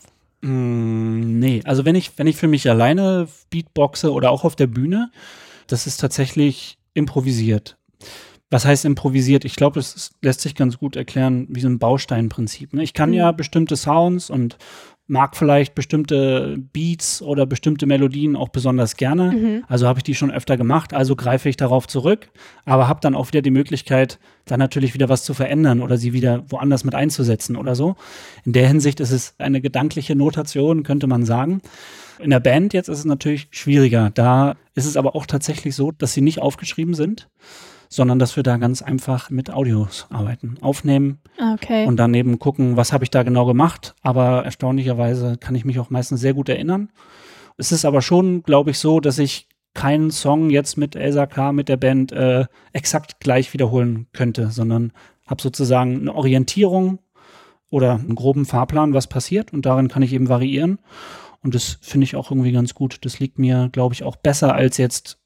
Nee, also wenn ich für mich alleine Beatboxe oder auch auf der Bühne, das ist tatsächlich improvisiert. Was heißt improvisiert? Ich glaube, es lässt sich ganz gut erklären wie so ein Bausteinprinzip. Ich kann ja bestimmte Sounds und mag vielleicht bestimmte Beats oder bestimmte Melodien auch besonders gerne. Also habe ich die schon öfter gemacht, also greife ich darauf zurück, aber habe dann auch wieder die Möglichkeit, dann natürlich wieder was zu verändern oder sie wieder woanders mit einzusetzen oder so. In der Hinsicht ist es eine gedankliche Notation, könnte man sagen. In der Band jetzt ist es natürlich schwieriger. Da ist es aber auch tatsächlich so, dass sie nicht aufgeschrieben sind, sondern dass wir da ganz einfach mit Audios arbeiten, aufnehmen und dann eben gucken, was habe ich da genau gemacht. Aber erstaunlicherweise kann ich mich auch meistens sehr gut erinnern. Es ist aber schon, glaube ich, so, dass ich keinen Song jetzt mit Elsa K., mit der Band exakt gleich wiederholen könnte, sondern habe sozusagen eine Orientierung oder einen groben Fahrplan, was passiert und darin kann ich eben variieren. Und das finde ich auch irgendwie ganz gut. Das liegt mir, glaube ich, auch besser als jetzt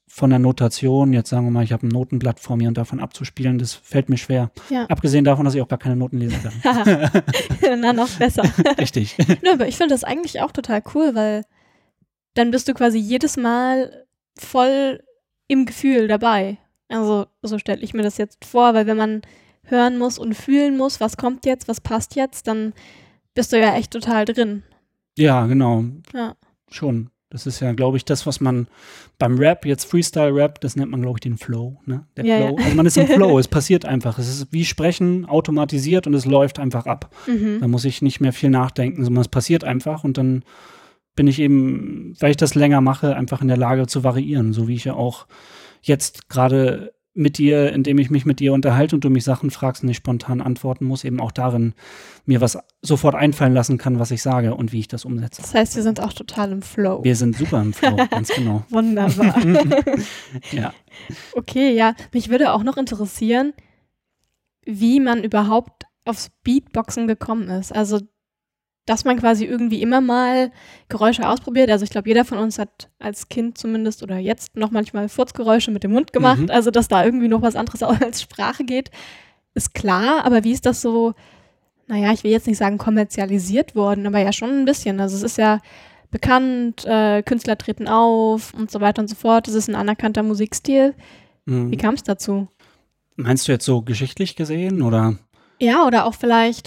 von der Notation, jetzt sagen wir mal, ich habe ein Notenblatt vor mir und davon abzuspielen, das fällt mir schwer. Ja. Abgesehen davon, dass ich auch gar keine Noten lesen kann. Na, noch besser. Richtig. Nö, aber ich finde das eigentlich auch total cool, weil dann bist du quasi jedes Mal voll im Gefühl dabei. Also so stelle ich mir das jetzt vor, weil wenn man hören muss und fühlen muss, was kommt jetzt, was passt jetzt, dann bist du ja echt total drin. Ja, genau. Ja. Schon. Das ist ja, glaube ich, das, was man beim Rap, jetzt Freestyle-Rap, das nennt man, glaube ich, den Flow. Ne? Der Ja, Flow. ja. Also man ist im Flow, es passiert einfach. Es ist wie Sprechen, automatisiert und es läuft einfach ab. Da muss ich nicht mehr viel nachdenken, sondern es passiert einfach und dann bin ich eben, weil ich das länger mache, einfach in der Lage zu variieren. So wie ich ja auch jetzt gerade mit dir, indem ich mich mit dir unterhalte und du mich Sachen fragst und ich spontan antworten muss, eben auch darin mir was sofort einfallen lassen kann, was ich sage und wie ich das umsetze. Das heißt, wir sind auch total im Flow. Wir sind super im Flow, ganz genau. Wunderbar. Ja. Okay, ja. Mich würde auch noch interessieren, wie man überhaupt aufs Beatboxen gekommen ist. Also, dass man quasi irgendwie immer mal Geräusche ausprobiert. Also ich glaube, jeder von uns hat als Kind zumindest oder jetzt noch manchmal Furzgeräusche mit dem Mund gemacht. Also dass da irgendwie noch was anderes als Sprache geht, ist klar. Aber wie ist das so, naja, ich will jetzt nicht sagen kommerzialisiert worden, aber ja schon ein bisschen. Also es ist ja bekannt, Künstler treten auf und so weiter und so fort. Es ist ein anerkannter Musikstil. Wie kam es dazu? Meinst du jetzt so geschichtlich gesehen oder? Ja, oder auch vielleicht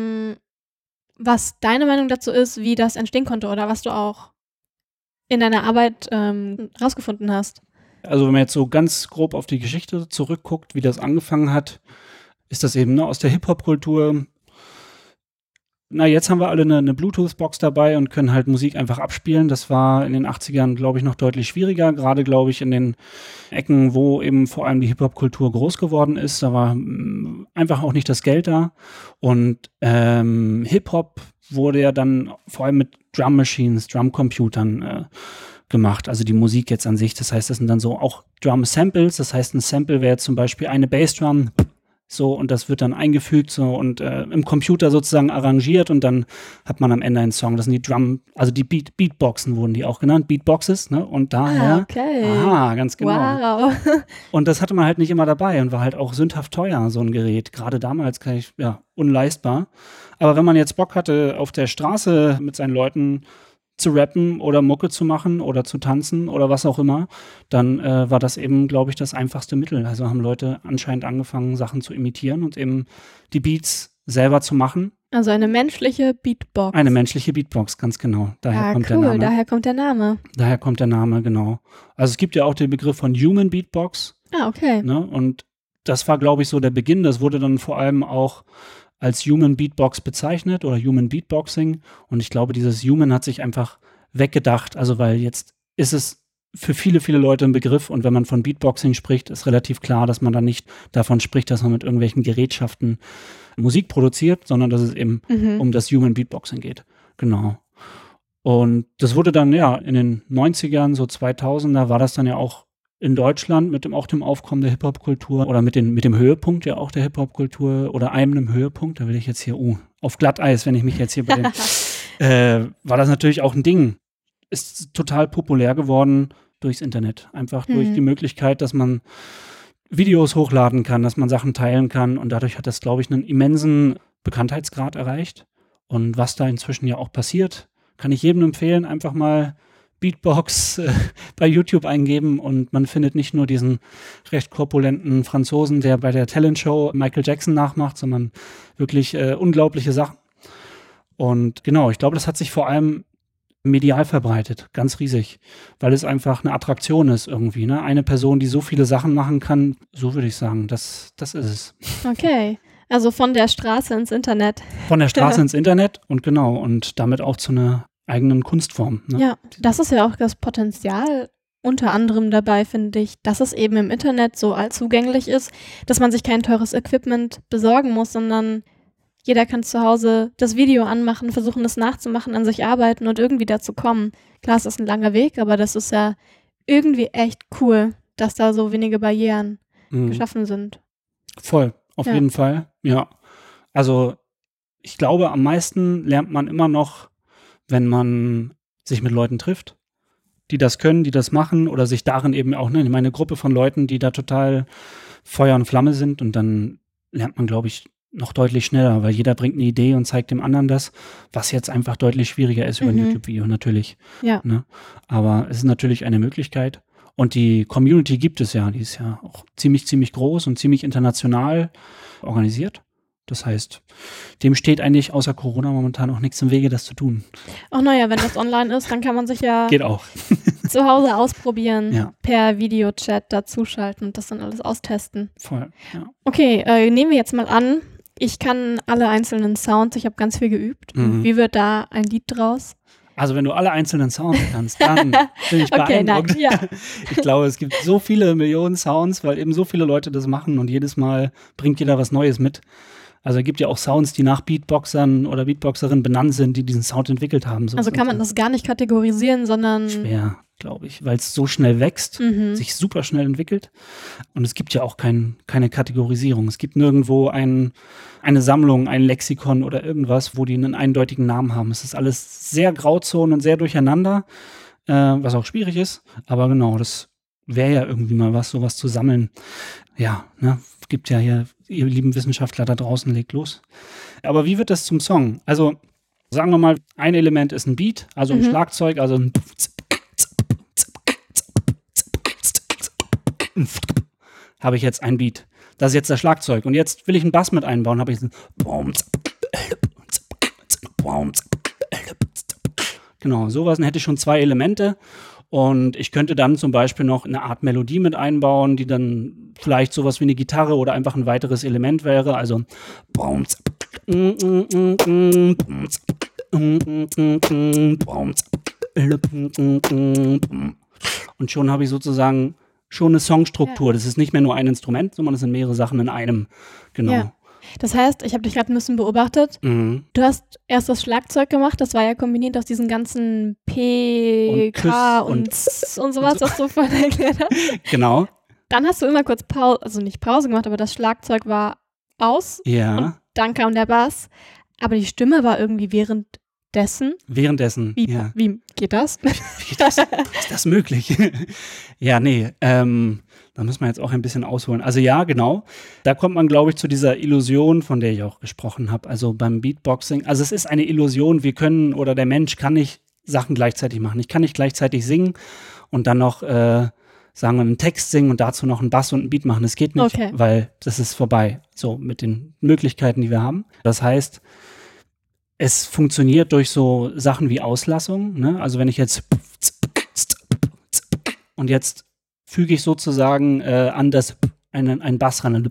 was deine Meinung dazu ist, wie das entstehen konnte oder was du auch in deiner Arbeit rausgefunden hast. Also wenn man jetzt so ganz grob auf die Geschichte zurückguckt, wie das angefangen hat, ist das eben aus der Hip-Hop-Kultur. Na, jetzt haben wir alle eine Bluetooth-Box dabei und können halt Musik einfach abspielen. Das war in den 80ern, glaube ich, noch deutlich schwieriger. Gerade, glaube ich, in den Ecken, wo eben vor allem die Hip-Hop-Kultur groß geworden ist. Da war einfach auch nicht das Geld da. Und Hip-Hop wurde ja dann vor allem mit Drum-Machines, Drum-Computern gemacht. Also die Musik jetzt an sich. Das heißt, das sind dann so auch Drum-Samples. Das heißt, ein Sample wäre jetzt zum Beispiel eine Bassdrum, so, und das wird dann eingefügt so und im Computer sozusagen arrangiert und dann hat man am Ende einen Song. Das sind die also die Beatboxen wurden die auch genannt, Beatboxes, ne? Und daher, ganz genau. Wow. Und das hatte man halt nicht immer dabei und war halt auch sündhaft teuer, so ein Gerät. Gerade damals unleistbar. Aber wenn man jetzt Bock hatte, auf der Straße mit seinen Leuten zu rappen oder Mucke zu machen oder zu tanzen oder was auch immer, dann war das eben, glaube ich, das einfachste Mittel. Also haben Leute anscheinend angefangen, Sachen zu imitieren und eben die Beats selber zu machen. Also eine menschliche Beatbox. Eine menschliche Beatbox, ganz genau. Daher kommt der Name. Daher kommt der Name. Daher kommt der Name, genau. Also es gibt ja auch den Begriff von Human Beatbox. Ah, okay. Ne? Und das war, glaube ich, so der Beginn. Das wurde dann vor allem auch als Human Beatbox bezeichnet oder Human Beatboxing. Und ich glaube, dieses Human hat sich einfach weggedacht. Also weil jetzt ist es für viele, viele Leute ein Begriff. Und wenn man von Beatboxing spricht, ist relativ klar, dass man dann nicht davon spricht, dass man mit irgendwelchen Gerätschaften Musik produziert, sondern dass es eben um das Human Beatboxing geht. Genau. Und das wurde dann in den 90ern, so 2000er, war das dann ja auch in Deutschland mit dem Aufkommen der Hip-Hop-Kultur oder mit dem Höhepunkt ja auch der Hip-Hop-Kultur oder einem Höhepunkt, da will ich jetzt hier auf Glatteis, wenn ich mich jetzt hier bei den war das natürlich auch ein Ding. Ist total populär geworden durchs Internet. Einfach durch die Möglichkeit, dass man Videos hochladen kann, dass man Sachen teilen kann und dadurch hat das, glaube ich, einen immensen Bekanntheitsgrad erreicht. Und was da inzwischen ja auch passiert, kann ich jedem empfehlen, einfach mal Beatbox bei YouTube eingeben und man findet nicht nur diesen recht korpulenten Franzosen, der bei der Talentshow Michael Jackson nachmacht, sondern wirklich unglaubliche Sachen. Und genau, ich glaube, das hat sich vor allem medial verbreitet, ganz riesig, weil es einfach eine Attraktion ist irgendwie, ne? Eine Person, die so viele Sachen machen kann, so würde ich sagen, das ist es. Okay, also von der Straße ins Internet. Von der Straße ins Internet und damit auch zu einer eigenen Kunstform. Ne? Ja, das ist ja auch das Potenzial unter anderem dabei, finde ich, dass es eben im Internet so allzugänglich ist, dass man sich kein teures Equipment besorgen muss, sondern jeder kann zu Hause das Video anmachen, versuchen das nachzumachen, an sich arbeiten und irgendwie dazu kommen. Klar, es ist ein langer Weg, aber das ist ja irgendwie echt cool, dass da so wenige Barrieren geschaffen sind. Voll, auf jeden Fall, ja. Also ich glaube, am meisten lernt man immer noch, wenn man sich mit Leuten trifft die das können, die das machen oder sich darin eben auch, ne, meine Gruppe von Leuten, die da total Feuer und Flamme sind und dann lernt man, glaube ich, noch deutlich schneller, weil jeder bringt eine Idee und zeigt dem anderen das, was jetzt einfach deutlich schwieriger ist über ein YouTube-Video natürlich. Ja. Ne? Aber es ist natürlich eine Möglichkeit. Und die Community gibt es ja, die ist ja auch ziemlich groß und ziemlich international organisiert. Das heißt, dem steht eigentlich außer Corona momentan auch nichts im Wege, das zu tun. Ach naja, wenn das online ist, dann kann man sich ja Geht auch. zu Hause ausprobieren, Ja. per Videochat dazuschalten und das dann alles austesten. Voll, ja. Okay, nehmen wir jetzt mal an, ich kann alle einzelnen Sounds, ich habe ganz viel geübt. Wie wird da ein Lied draus? Also wenn du alle einzelnen Sounds kannst, dann bin ich beeindruckt. Nein, ja. Ich glaube, es gibt so viele Millionen Sounds, weil eben so viele Leute das machen und jedes Mal bringt jeder was Neues mit. Also es gibt ja auch Sounds, die nach Beatboxern oder Beatboxerinnen benannt sind, die diesen Sound entwickelt haben. So Also kann man das gar nicht kategorisieren, sondern schwer, glaube ich, weil es so schnell wächst, sich super schnell entwickelt. Und es gibt ja auch keine Kategorisierung. Es gibt nirgendwo eine Sammlung, ein Lexikon oder irgendwas, wo die einen eindeutigen Namen haben. Es ist alles sehr Grauzonen und sehr durcheinander, was auch schwierig ist. Aber genau, das wäre ja irgendwie mal was, sowas zu sammeln. Ja, ne, gibt ja hier, ihr lieben Wissenschaftler da draußen, legt los. Aber wie wird das zum Song? Also sagen wir mal, ein Element ist ein Beat, also ein Schlagzeug, also ein habe ich jetzt ein Beat. Das ist jetzt das Schlagzeug. Und jetzt will ich einen Bass mit einbauen, habe ich genau, sowas, dann hätte ich schon 2 Elemente. Und ich könnte dann zum Beispiel noch eine Art Melodie mit einbauen, die dann vielleicht sowas wie eine Gitarre oder einfach ein weiteres Element wäre. Also und schon habe ich sozusagen schon eine Songstruktur. Das ist nicht mehr nur ein Instrument, sondern es sind mehrere Sachen in einem. Genau. Ja. Das heißt, ich habe dich gerade ein bisschen beobachtet. Du hast erst das Schlagzeug gemacht, das war ja kombiniert aus diesen ganzen P, Und K Küss und sowas, was du vorhin erklärt hast. Genau. Dann hast du immer kurz Pause, also nicht Pause gemacht, aber das Schlagzeug war aus. Ja. Und dann kam der Bass. Aber die Stimme war irgendwie währenddessen. Währenddessen, ja. Wie geht das? Ist das möglich? Ja, nee, da muss man jetzt auch ein bisschen ausholen. Also ja, genau, da kommt man, glaube ich, zu dieser Illusion, von der ich auch gesprochen habe. Also beim Beatboxing, also es ist eine Illusion, wir können oder der Mensch kann nicht Sachen gleichzeitig machen. Ich kann nicht gleichzeitig singen und dann noch, sagen wir, einen Text singen und dazu noch einen Bass und einen Beat machen. Das geht nicht, weil das ist vorbei, so mit den Möglichkeiten, die wir haben. Das heißt, es funktioniert durch so Sachen wie Auslassung, ne? Also wenn ich jetzt und jetzt füge ich sozusagen an das einen Bass ran.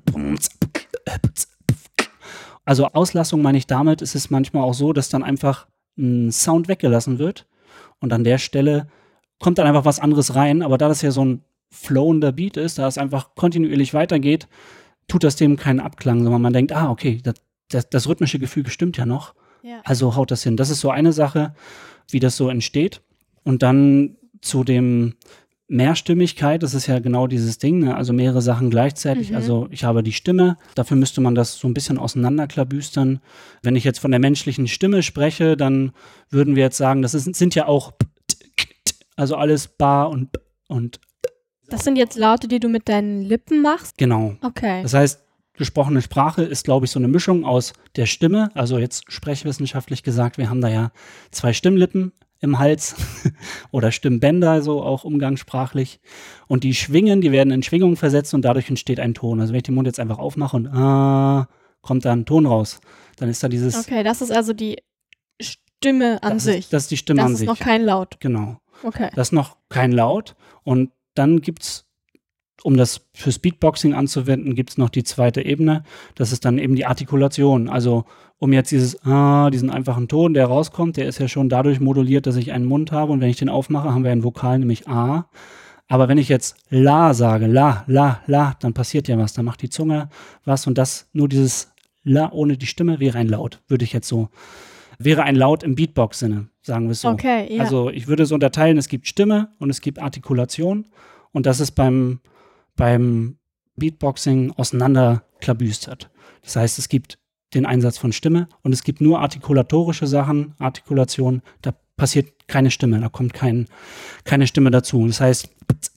Also Auslassung meine ich damit, ist es manchmal auch so, dass dann einfach ein Sound weggelassen wird und an der Stelle kommt dann einfach was anderes rein, aber da das ja so ein flowender Beat ist, da es einfach kontinuierlich weitergeht, tut das dem keinen Abklang, sondern man denkt, okay, das rhythmische Gefüge stimmt ja noch, also haut das hin. Das ist so eine Sache, wie das so entsteht. Und dann zu dem Mehrstimmigkeit, das ist ja genau dieses Ding, ne? Also mehrere Sachen gleichzeitig. Also ich habe die Stimme, dafür müsste man das so ein bisschen auseinanderklabüstern. Wenn ich jetzt von der menschlichen Stimme spreche, dann würden wir jetzt sagen, sind ja auch, also alles Ba und. Das sind jetzt Laute, die du mit deinen Lippen machst? Genau. Okay. Das heißt, gesprochene Sprache ist, glaube ich, so eine Mischung aus der Stimme, also jetzt sprechwissenschaftlich gesagt, wir haben da ja 2 Stimmlippen im Hals oder Stimmbänder, so auch umgangssprachlich. Und die schwingen, die werden in Schwingungen versetzt und dadurch entsteht ein Ton. Also wenn ich den Mund jetzt einfach aufmache und kommt da ein Ton raus, dann ist da dieses. Okay, das ist also die Stimme an sich. Das ist die Stimme an sich. Das ist noch kein Laut. Genau. Okay. Das ist noch kein Laut. Und dann gibt's, um das fürs Beatboxing anzuwenden, gibt es noch die zweite Ebene. Das ist dann eben die Artikulation. Also um jetzt diesen einfachen Ton, der rauskommt, der ist ja schon dadurch moduliert, dass ich einen Mund habe. Und wenn ich den aufmache, haben wir ein Vokal, nämlich A. Aber wenn ich jetzt La sage, La, dann passiert ja was. Dann macht die Zunge was. Und das, nur dieses La ohne die Stimme wäre ein Laut. Wäre ein Laut im Beatbox-Sinne, sagen wir es so. Okay, ja. Also ich würde so unterteilen, es gibt Stimme und es gibt Artikulation. Und das ist beim Beatboxing auseinanderklabüstert. Das heißt, es gibt den Einsatz von Stimme und es gibt nur artikulatorische Sachen, Artikulation, da passiert keine Stimme, da kommt keine Stimme dazu. Das heißt,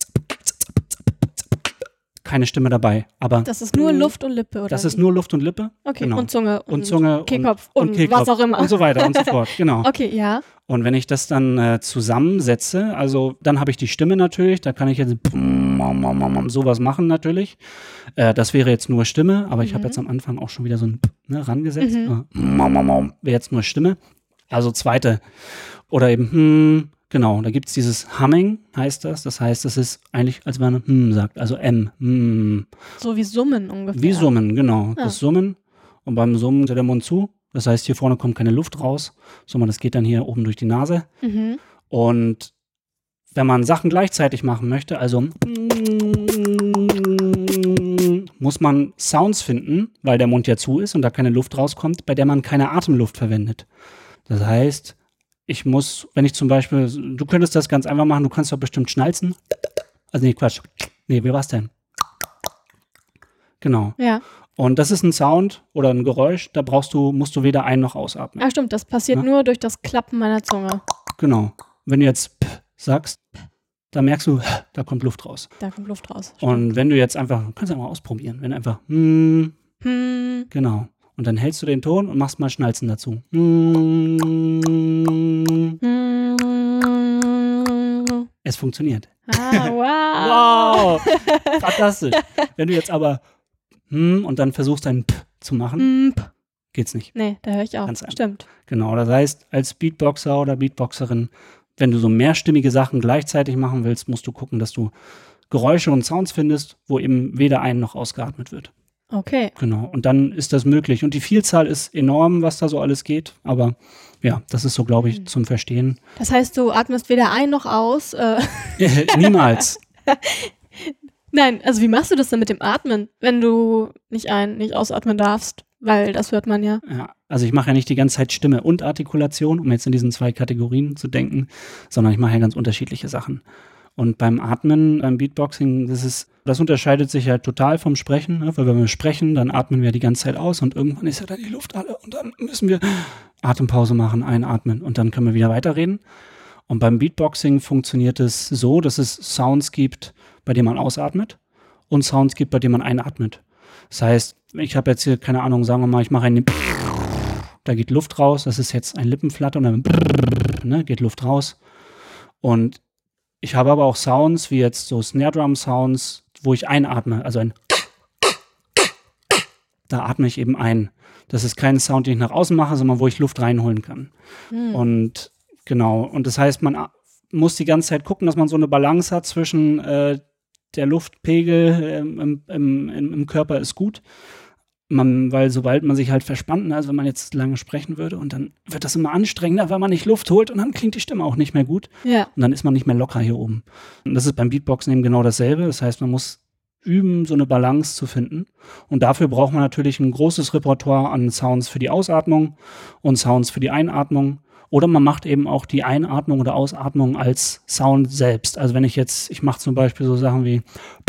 keine Stimme dabei. Aber das ist nur Luft und Lippe, oder? Das ist nur Luft und Lippe. Okay, genau. und Zunge Kehlkopf und was auch immer. Und so weiter und so fort, genau. Okay, ja. Und wenn ich das dann zusammensetze, also dann habe ich die Stimme natürlich, da kann ich jetzt sowas machen natürlich. Das wäre jetzt nur Stimme, aber ich habe jetzt am Anfang auch schon wieder so ein rangesetzt. Wäre jetzt nur Stimme. Also zweite. Oder eben genau, da gibt es dieses Humming, heißt das. Das heißt, es ist eigentlich, als wenn man sagt, also So wie Summen ungefähr. Wie Summen, genau. Das Summen. Und beim Summen ist der Mund zu. Das heißt, hier vorne kommt keine Luft raus, sondern das geht dann hier oben durch die Nase. Und wenn man Sachen gleichzeitig machen möchte, also muss man Sounds finden, weil der Mund ja zu ist und da keine Luft rauskommt, bei der man keine Atemluft verwendet. Das heißt, ich muss, wenn ich zum Beispiel, du könntest das ganz einfach machen, du kannst doch bestimmt schnalzen. Also nee, Quatsch. Nee, wie war's denn? Genau. Ja. Und das ist ein Sound oder ein Geräusch, da musst du weder ein- noch ausatmen. Ah, stimmt, das passiert nur durch das Klappen meiner Zunge. Genau. Wenn du jetzt sagst, da merkst du, da kommt Luft raus. Da kommt Luft raus. Und wenn du jetzt einfach, kannst du ja mal ausprobieren, wenn du einfach, genau. Und dann hältst du den Ton und machst mal Schnalzen dazu. Es funktioniert. Ah, wow. Wow, fantastisch. Wenn du jetzt aber und dann versuchst ein P zu machen, geht's nicht. Nee, da höre ich auch. Stimmt. Genau, das heißt, als Beatboxer oder Beatboxerin, wenn du so mehrstimmige Sachen gleichzeitig machen willst, musst du gucken, dass du Geräusche und Sounds findest, wo eben weder ein- noch ausgeatmet wird. Okay. Genau, und dann ist das möglich. Und die Vielzahl ist enorm, was da so alles geht. Aber ja, das ist so, glaube ich, zum Verstehen. Das heißt, du atmest weder ein noch aus? Niemals. Nein, also wie machst du das denn mit dem Atmen, wenn du nicht nicht ausatmen darfst? Weil das hört man ja. Ja, also ich mache ja nicht die ganze Zeit Stimme und Artikulation, um jetzt in diesen 2 Kategorien zu denken, sondern ich mache ja ganz unterschiedliche Sachen. Und beim Atmen, beim Beatboxing, das unterscheidet sich ja total vom Sprechen, ne? Weil wenn wir sprechen, dann atmen wir die ganze Zeit aus und irgendwann ist ja dann die Luft alle und dann müssen wir Atempause machen, einatmen und dann können wir wieder weiterreden. Und beim Beatboxing funktioniert es so, dass es Sounds gibt, bei denen man ausatmet und Sounds gibt, bei denen man einatmet. Das heißt, ich habe jetzt hier, keine Ahnung, sagen wir mal, ich mache einen, da geht Luft raus, das ist jetzt ein Lippenflattern, und dann geht Luft raus. Und ich habe aber auch Sounds, wie jetzt so Snare-Drum-Sounds, wo ich einatme, also da atme ich eben ein. Das ist kein Sound, den ich nach außen mache, sondern wo ich Luft reinholen kann. Und genau, und das heißt, man muss die ganze Zeit gucken, dass man so eine Balance hat zwischen der Luftpegel im Körper ist gut, weil sobald man sich halt verspannt, also wenn man jetzt lange sprechen würde und dann wird das immer anstrengender, weil man nicht Luft holt und dann klingt die Stimme auch nicht mehr gut. Ja. Und dann ist man nicht mehr locker hier oben. Und das ist beim Beatboxen eben genau dasselbe. Das heißt, man muss üben, so eine Balance zu finden. Und dafür braucht man natürlich ein großes Repertoire an Sounds für die Ausatmung und Sounds für die Einatmung. Oder man macht eben auch die Einatmung oder Ausatmung als Sound selbst. Also wenn ich mache zum Beispiel so Sachen wie,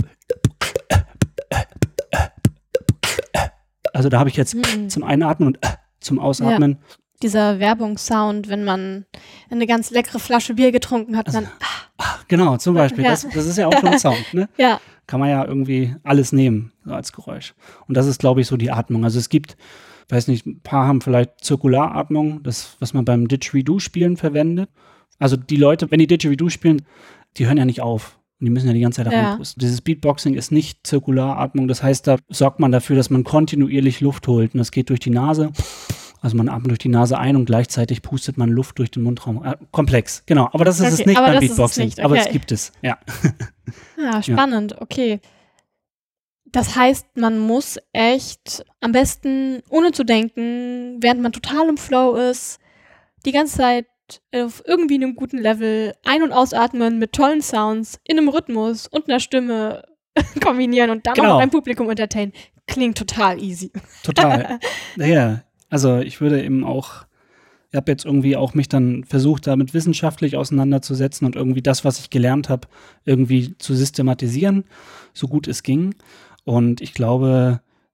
also da habe ich jetzt zum Einatmen und zum Ausatmen. Ja. Dieser Werbungssound, wenn man eine ganz leckere Flasche Bier getrunken hat, also, dann genau, zum Beispiel. Ja. Das ist ja auch schon ein Sound, ne? Ja. Kann man ja irgendwie alles nehmen, so als Geräusch. Und das ist, glaube ich, so die Atmung. Also es gibt, weiß nicht, ein paar haben vielleicht Zirkularatmung, das, was man beim Didgeridoo-Spielen verwendet. Also die Leute, wenn die Didgeridoo spielen, die hören ja nicht auf. Und die müssen ja die ganze Zeit reinpusten. Dieses Beatboxing ist nicht Zirkularatmung. Das heißt, da sorgt man dafür, dass man kontinuierlich Luft holt. Und das geht durch die Nase. Also man atmet durch die Nase ein und gleichzeitig pustet man Luft durch den Mundraum. Komplex, genau. Aber das ist es nicht beim Beatboxing. Nicht. Okay. Aber es gibt es, ja. Ja, spannend, okay. Das heißt, man muss echt am besten, ohne zu denken, während man total im Flow ist, die ganze Zeit auf irgendwie einem guten Level ein- und ausatmen mit tollen Sounds in einem Rhythmus und einer Stimme kombinieren und dann auch noch ein Publikum entertainen. Klingt total easy. Total. Ja, also ich würde eben auch, ich habe jetzt irgendwie auch mich dann versucht, damit wissenschaftlich auseinanderzusetzen und irgendwie das, was ich gelernt habe, irgendwie zu systematisieren, so gut es ging. Und ich glaube,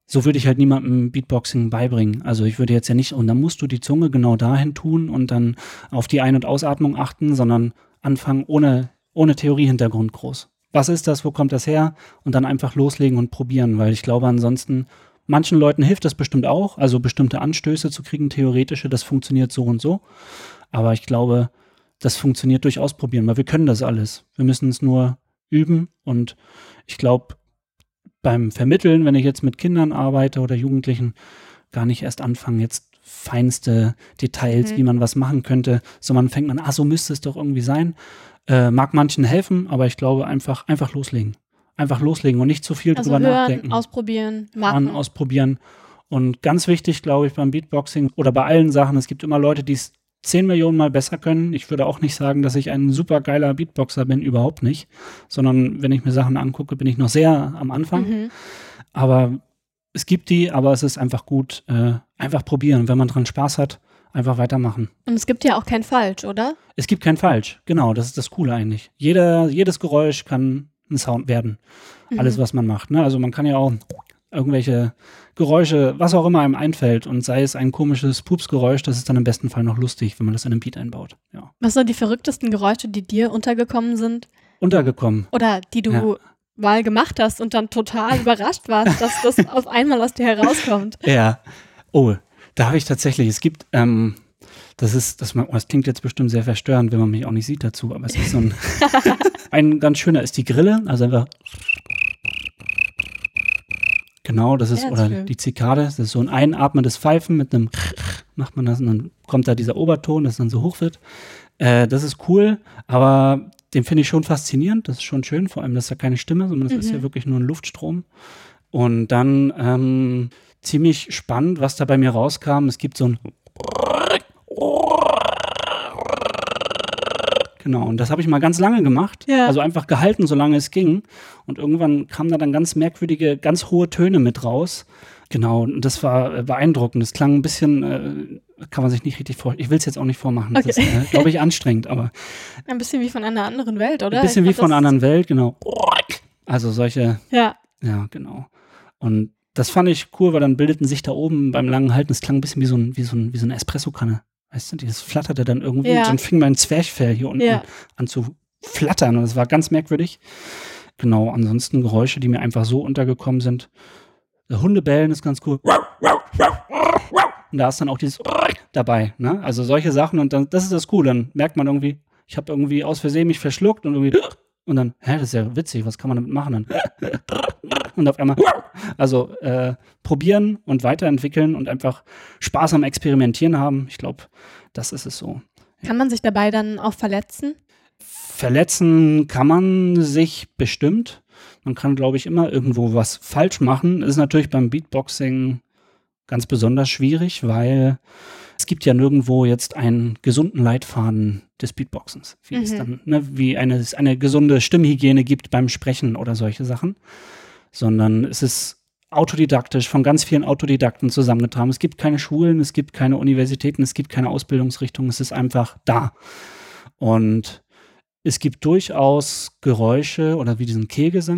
so würde ich halt niemandem Beatboxing beibringen. Also ich würde jetzt ja nicht, und dann musst du die Zunge genau dahin tun und dann auf die Ein- und Ausatmung achten, sondern anfangen ohne Theoriehintergrund groß. Was ist das, wo kommt das her? Und dann einfach loslegen und probieren, weil ich glaube ansonsten, manchen Leuten hilft das bestimmt auch, also bestimmte Anstöße zu kriegen, theoretische, das funktioniert so und so. Aber ich glaube, das funktioniert durch Ausprobieren, weil wir können das alles. Wir müssen es nur üben und ich glaube, beim Vermitteln, wenn ich jetzt mit Kindern arbeite oder Jugendlichen, gar nicht erst anfangen, jetzt feinste Details, wie man was machen könnte, sondern fängt man, so müsste es doch irgendwie sein. Mag manchen helfen, aber ich glaube, einfach loslegen. Einfach loslegen und nicht zu viel drüber nachdenken. Ausprobieren, machen. Ausprobieren. Und ganz wichtig, glaube ich, beim Beatboxing oder bei allen Sachen, es gibt immer Leute, die es 10 Millionen Mal besser können. Ich würde auch nicht sagen, dass ich ein super geiler Beatboxer bin, überhaupt nicht. Sondern wenn ich mir Sachen angucke, bin ich noch sehr am Anfang. Aber es gibt die, aber es ist einfach gut, einfach probieren. Wenn man dran Spaß hat, einfach weitermachen. Und es gibt ja auch kein Falsch, oder? Es gibt kein Falsch, genau, das ist das Coole eigentlich. Jedes Geräusch kann ein Sound werden, alles, was man macht. Ne? Also man kann ja auch irgendwelche Geräusche, was auch immer einem einfällt und sei es ein komisches Pupsgeräusch, das ist dann im besten Fall noch lustig, wenn man das in einem Beat einbaut. Ja. Was sind die verrücktesten Geräusche, die dir untergekommen sind? Oder die du mal gemacht hast und dann total überrascht warst, dass das auf einmal aus dir herauskommt. Ja, da habe ich tatsächlich, es gibt, das klingt jetzt bestimmt sehr verstörend, wenn man mich auch nicht sieht dazu, aber es ist so ein ganz schöner ist die Grille, also einfach genau, das ist, oder die Zikade, das ist so ein einatmendes Pfeifen mit einem macht man das und dann kommt da dieser Oberton, das dann so hoch wird. Das ist cool, aber den finde ich schon faszinierend, das ist schon schön, vor allem, das ist ja keine Stimme, sondern das ist ja wirklich nur ein Luftstrom. Und dann ziemlich spannend, was da bei mir rauskam, es gibt so ein genau, und das habe ich mal ganz lange gemacht, also einfach gehalten, solange es ging. Und irgendwann kamen da dann ganz merkwürdige, ganz hohe Töne mit raus. Genau, und das war beeindruckend. Das klang ein bisschen, kann man sich nicht richtig vorstellen. Ich will es jetzt auch nicht vormachen. Okay. Das ist, glaube ich, anstrengend, aber. Ein bisschen wie von einer anderen Welt, oder? Ein bisschen wie von einer anderen Welt, genau. Also solche. Ja, genau. Und das fand ich cool, weil dann bildeten sich da oben beim langen Halten, es klang ein bisschen wie so eine Espressokanne. Weißt du, das flatterte dann irgendwie, dann fing mein Zwerchfell hier unten an zu flattern und das war ganz merkwürdig. Genau, ansonsten Geräusche, die mir einfach so untergekommen sind. Hundebellen ist ganz cool. Und da ist dann auch dieses dabei, ne? Also solche Sachen und dann, das ist das Coole, dann merkt man irgendwie, ich habe irgendwie aus Versehen mich verschluckt und irgendwie und dann, das ist ja witzig, was kann man damit machen dann? Und auf einmal, also probieren und weiterentwickeln und einfach Spaß am Experimentieren haben. Ich glaube, das ist es so. Kann man sich dabei dann auch verletzen? Verletzen kann man sich bestimmt. Man kann, glaube ich, immer irgendwo was falsch machen. Ist natürlich beim Beatboxing ganz besonders schwierig, weil es gibt ja nirgendwo jetzt einen gesunden Leitfaden des Beatboxens, wie es dann, wie eine gesunde Stimmhygiene gibt beim Sprechen oder solche Sachen. Sondern es ist autodidaktisch, von ganz vielen Autodidakten zusammengetragen. Es gibt keine Schulen, es gibt keine Universitäten, es gibt keine Ausbildungsrichtungen, es ist einfach da. Und es gibt durchaus Geräusche oder wie diesen Kehlgesang.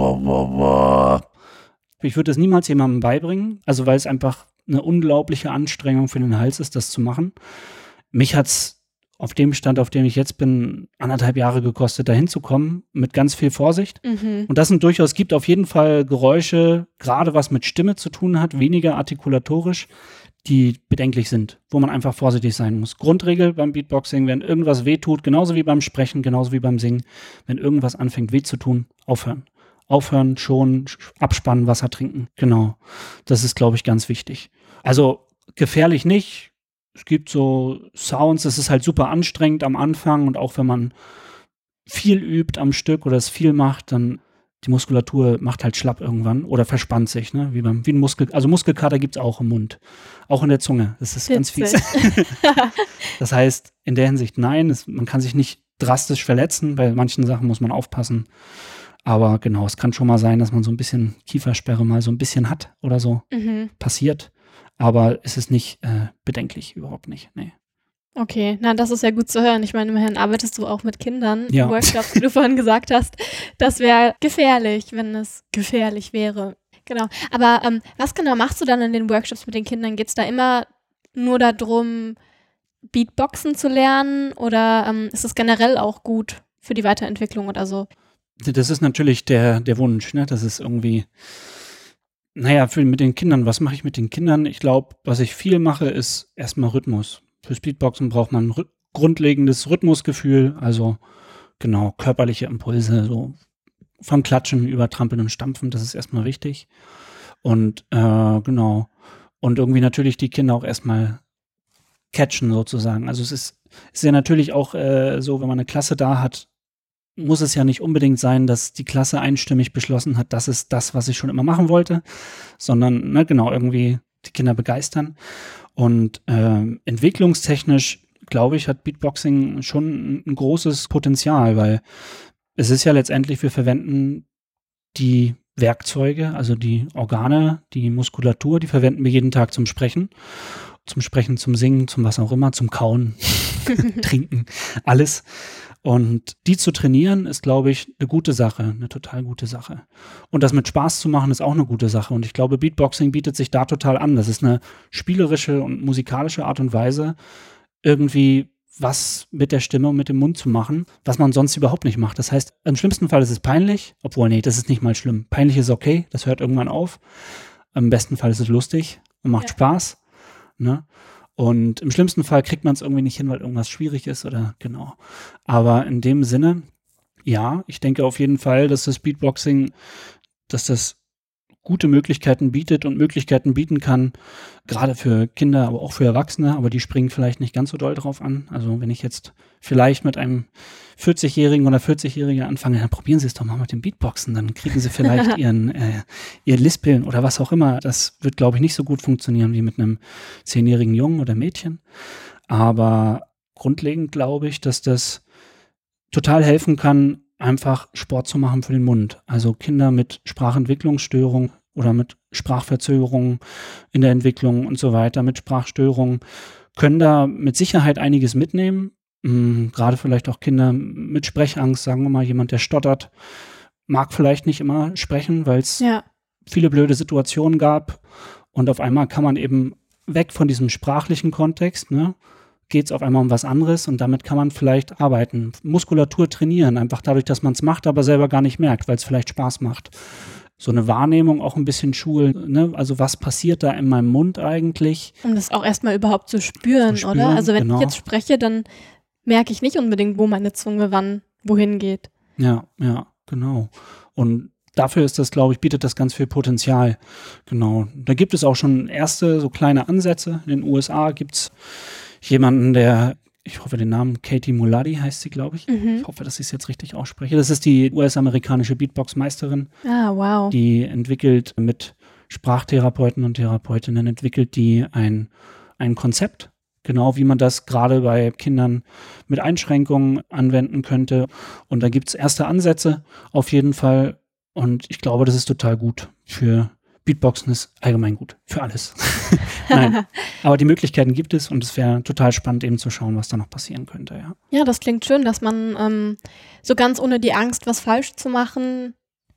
Ich würde das niemals jemandem beibringen, also weil es einfach eine unglaubliche Anstrengung für den Hals ist, das zu machen. Mich hat's auf dem Stand, auf dem ich jetzt bin, 1,5 Jahre gekostet, da hinzukommen, mit ganz viel Vorsicht. Und das sind durchaus, gibt auf jeden Fall Geräusche, gerade was mit Stimme zu tun hat, weniger artikulatorisch, die bedenklich sind, wo man einfach vorsichtig sein muss. Grundregel beim Beatboxing, wenn irgendwas weh tut, genauso wie beim Sprechen, genauso wie beim Singen, wenn irgendwas anfängt weh zu tun, aufhören. Aufhören, schonen, abspannen, Wasser trinken. Genau. Das ist, glaube ich, ganz wichtig. Also gefährlich nicht. Es gibt so Sounds, es ist halt super anstrengend am Anfang und auch wenn man viel übt am Stück oder es viel macht, dann die Muskulatur macht halt schlapp irgendwann oder verspannt sich, ne? Wie ein Muskelkater gibt es auch im Mund, auch in der Zunge. Das ist ganz fies. Das heißt, in der Hinsicht nein, man kann sich nicht drastisch verletzen, bei manchen Sachen muss man aufpassen. Aber genau, es kann schon mal sein, dass man so ein bisschen Kiefersperre mal so ein bisschen hat oder so. Passiert. Aber es ist nicht bedenklich, überhaupt nicht. Nee. Okay, na, das ist ja gut zu hören. Ich meine, immerhin arbeitest du auch mit Kindern. Ja. Workshops, wie du vorhin gesagt hast. Das wäre gefährlich, wenn es gefährlich wäre. Genau. Aber was genau machst du dann in den Workshops mit den Kindern? Geht es da immer nur darum, Beatboxen zu lernen oder ist es generell auch gut für die Weiterentwicklung oder so? Das ist natürlich der Wunsch, ne? Das ist irgendwie, mit den Kindern, was mache ich mit den Kindern? Ich glaube, was ich viel mache, ist erstmal Rhythmus. Fürs Beatboxen braucht man grundlegendes Rhythmusgefühl, also genau, körperliche Impulse, so vom Klatschen über Trampeln und Stampfen, das ist erstmal wichtig. Und genau. Und irgendwie natürlich die Kinder auch erstmal catchen sozusagen. Also es ist ja natürlich auch so, wenn man eine Klasse da hat, muss es ja nicht unbedingt sein, dass die Klasse einstimmig beschlossen hat, das ist das, was ich schon immer machen wollte, sondern irgendwie die Kinder begeistern. Und entwicklungstechnisch, glaube ich, hat Beatboxing schon ein großes Potenzial, weil es ist ja letztendlich, wir verwenden die Werkzeuge, also die Organe, die Muskulatur, die verwenden wir jeden Tag zum Sprechen, zum Singen, zum was auch immer, zum Kauen, Trinken, alles. Und die zu trainieren ist, glaube ich, eine gute Sache, eine total gute Sache. Und das mit Spaß zu machen, ist auch eine gute Sache. Und ich glaube, Beatboxing bietet sich da total an. Das ist eine spielerische und musikalische Art und Weise, irgendwie was mit der Stimme und mit dem Mund zu machen, was man sonst überhaupt nicht macht. Das heißt, im schlimmsten Fall ist es peinlich, obwohl, nee, das ist nicht mal schlimm. Peinlich ist okay, das hört irgendwann auf. Im besten Fall ist es lustig und macht Spaß. Ne? Und im schlimmsten Fall kriegt man es irgendwie nicht hin, weil irgendwas schwierig ist oder genau. Aber in dem Sinne, ja, ich denke auf jeden Fall, dass das Beatboxing, dass das gute Möglichkeiten bietet und Möglichkeiten bieten kann, gerade für Kinder, aber auch für Erwachsene, aber die springen vielleicht nicht ganz so doll drauf an. Also wenn ich jetzt vielleicht mit einem 40-Jährigen oder 40-Jährigen anfange, dann probieren Sie es doch mal mit dem Beatboxen, dann kriegen Sie vielleicht ihr Lispeln oder was auch immer. Das wird, glaube ich, nicht so gut funktionieren wie mit einem 10-jährigen Jungen oder Mädchen. Aber grundlegend glaube ich, dass das total helfen kann, einfach Sport zu machen für den Mund. Also Kinder mit Sprachentwicklungsstörung oder mit Sprachverzögerungen in der Entwicklung und so weiter, mit Sprachstörungen, können da mit Sicherheit einiges mitnehmen. Gerade vielleicht auch Kinder mit Sprechangst, sagen wir mal, jemand, der stottert, mag vielleicht nicht immer sprechen, weil es viele blöde Situationen gab. Und auf einmal kann man eben weg von diesem sprachlichen Kontext, ne, geht es auf einmal um was anderes und damit kann man vielleicht arbeiten, Muskulatur trainieren, einfach dadurch, dass man es macht, aber selber gar nicht merkt, weil es vielleicht Spaß macht. So eine Wahrnehmung auch ein bisschen schulen, ne? Also was passiert da in meinem Mund eigentlich? Um das auch erstmal überhaupt zu spüren, oder? Also wenn ich jetzt spreche, dann merke ich nicht unbedingt, wo meine Zunge wohin geht. Ja, genau. Und dafür ist das, glaube ich, bietet das ganz viel Potenzial. Genau. Da gibt es auch schon erste so kleine Ansätze. In den USA gibt es jemanden, ich hoffe den Namen, Katie Mulady heißt sie, glaube ich. Ich hoffe, dass ich es jetzt richtig ausspreche. Das ist die US-amerikanische Beatbox-Meisterin. Ah, wow. Die entwickelt mit Sprachtherapeuten und Therapeutinnen, entwickelt die ein Konzept, genau wie man das gerade bei Kindern mit Einschränkungen anwenden könnte. Und da gibt es erste Ansätze auf jeden Fall. Und ich glaube, das ist total gut für Beatboxen ist allgemein gut, für alles. Nein, aber die Möglichkeiten gibt es und es wäre total spannend eben zu schauen, was da noch passieren könnte, ja. Ja, das klingt schön, dass man so ganz ohne die Angst, was falsch zu machen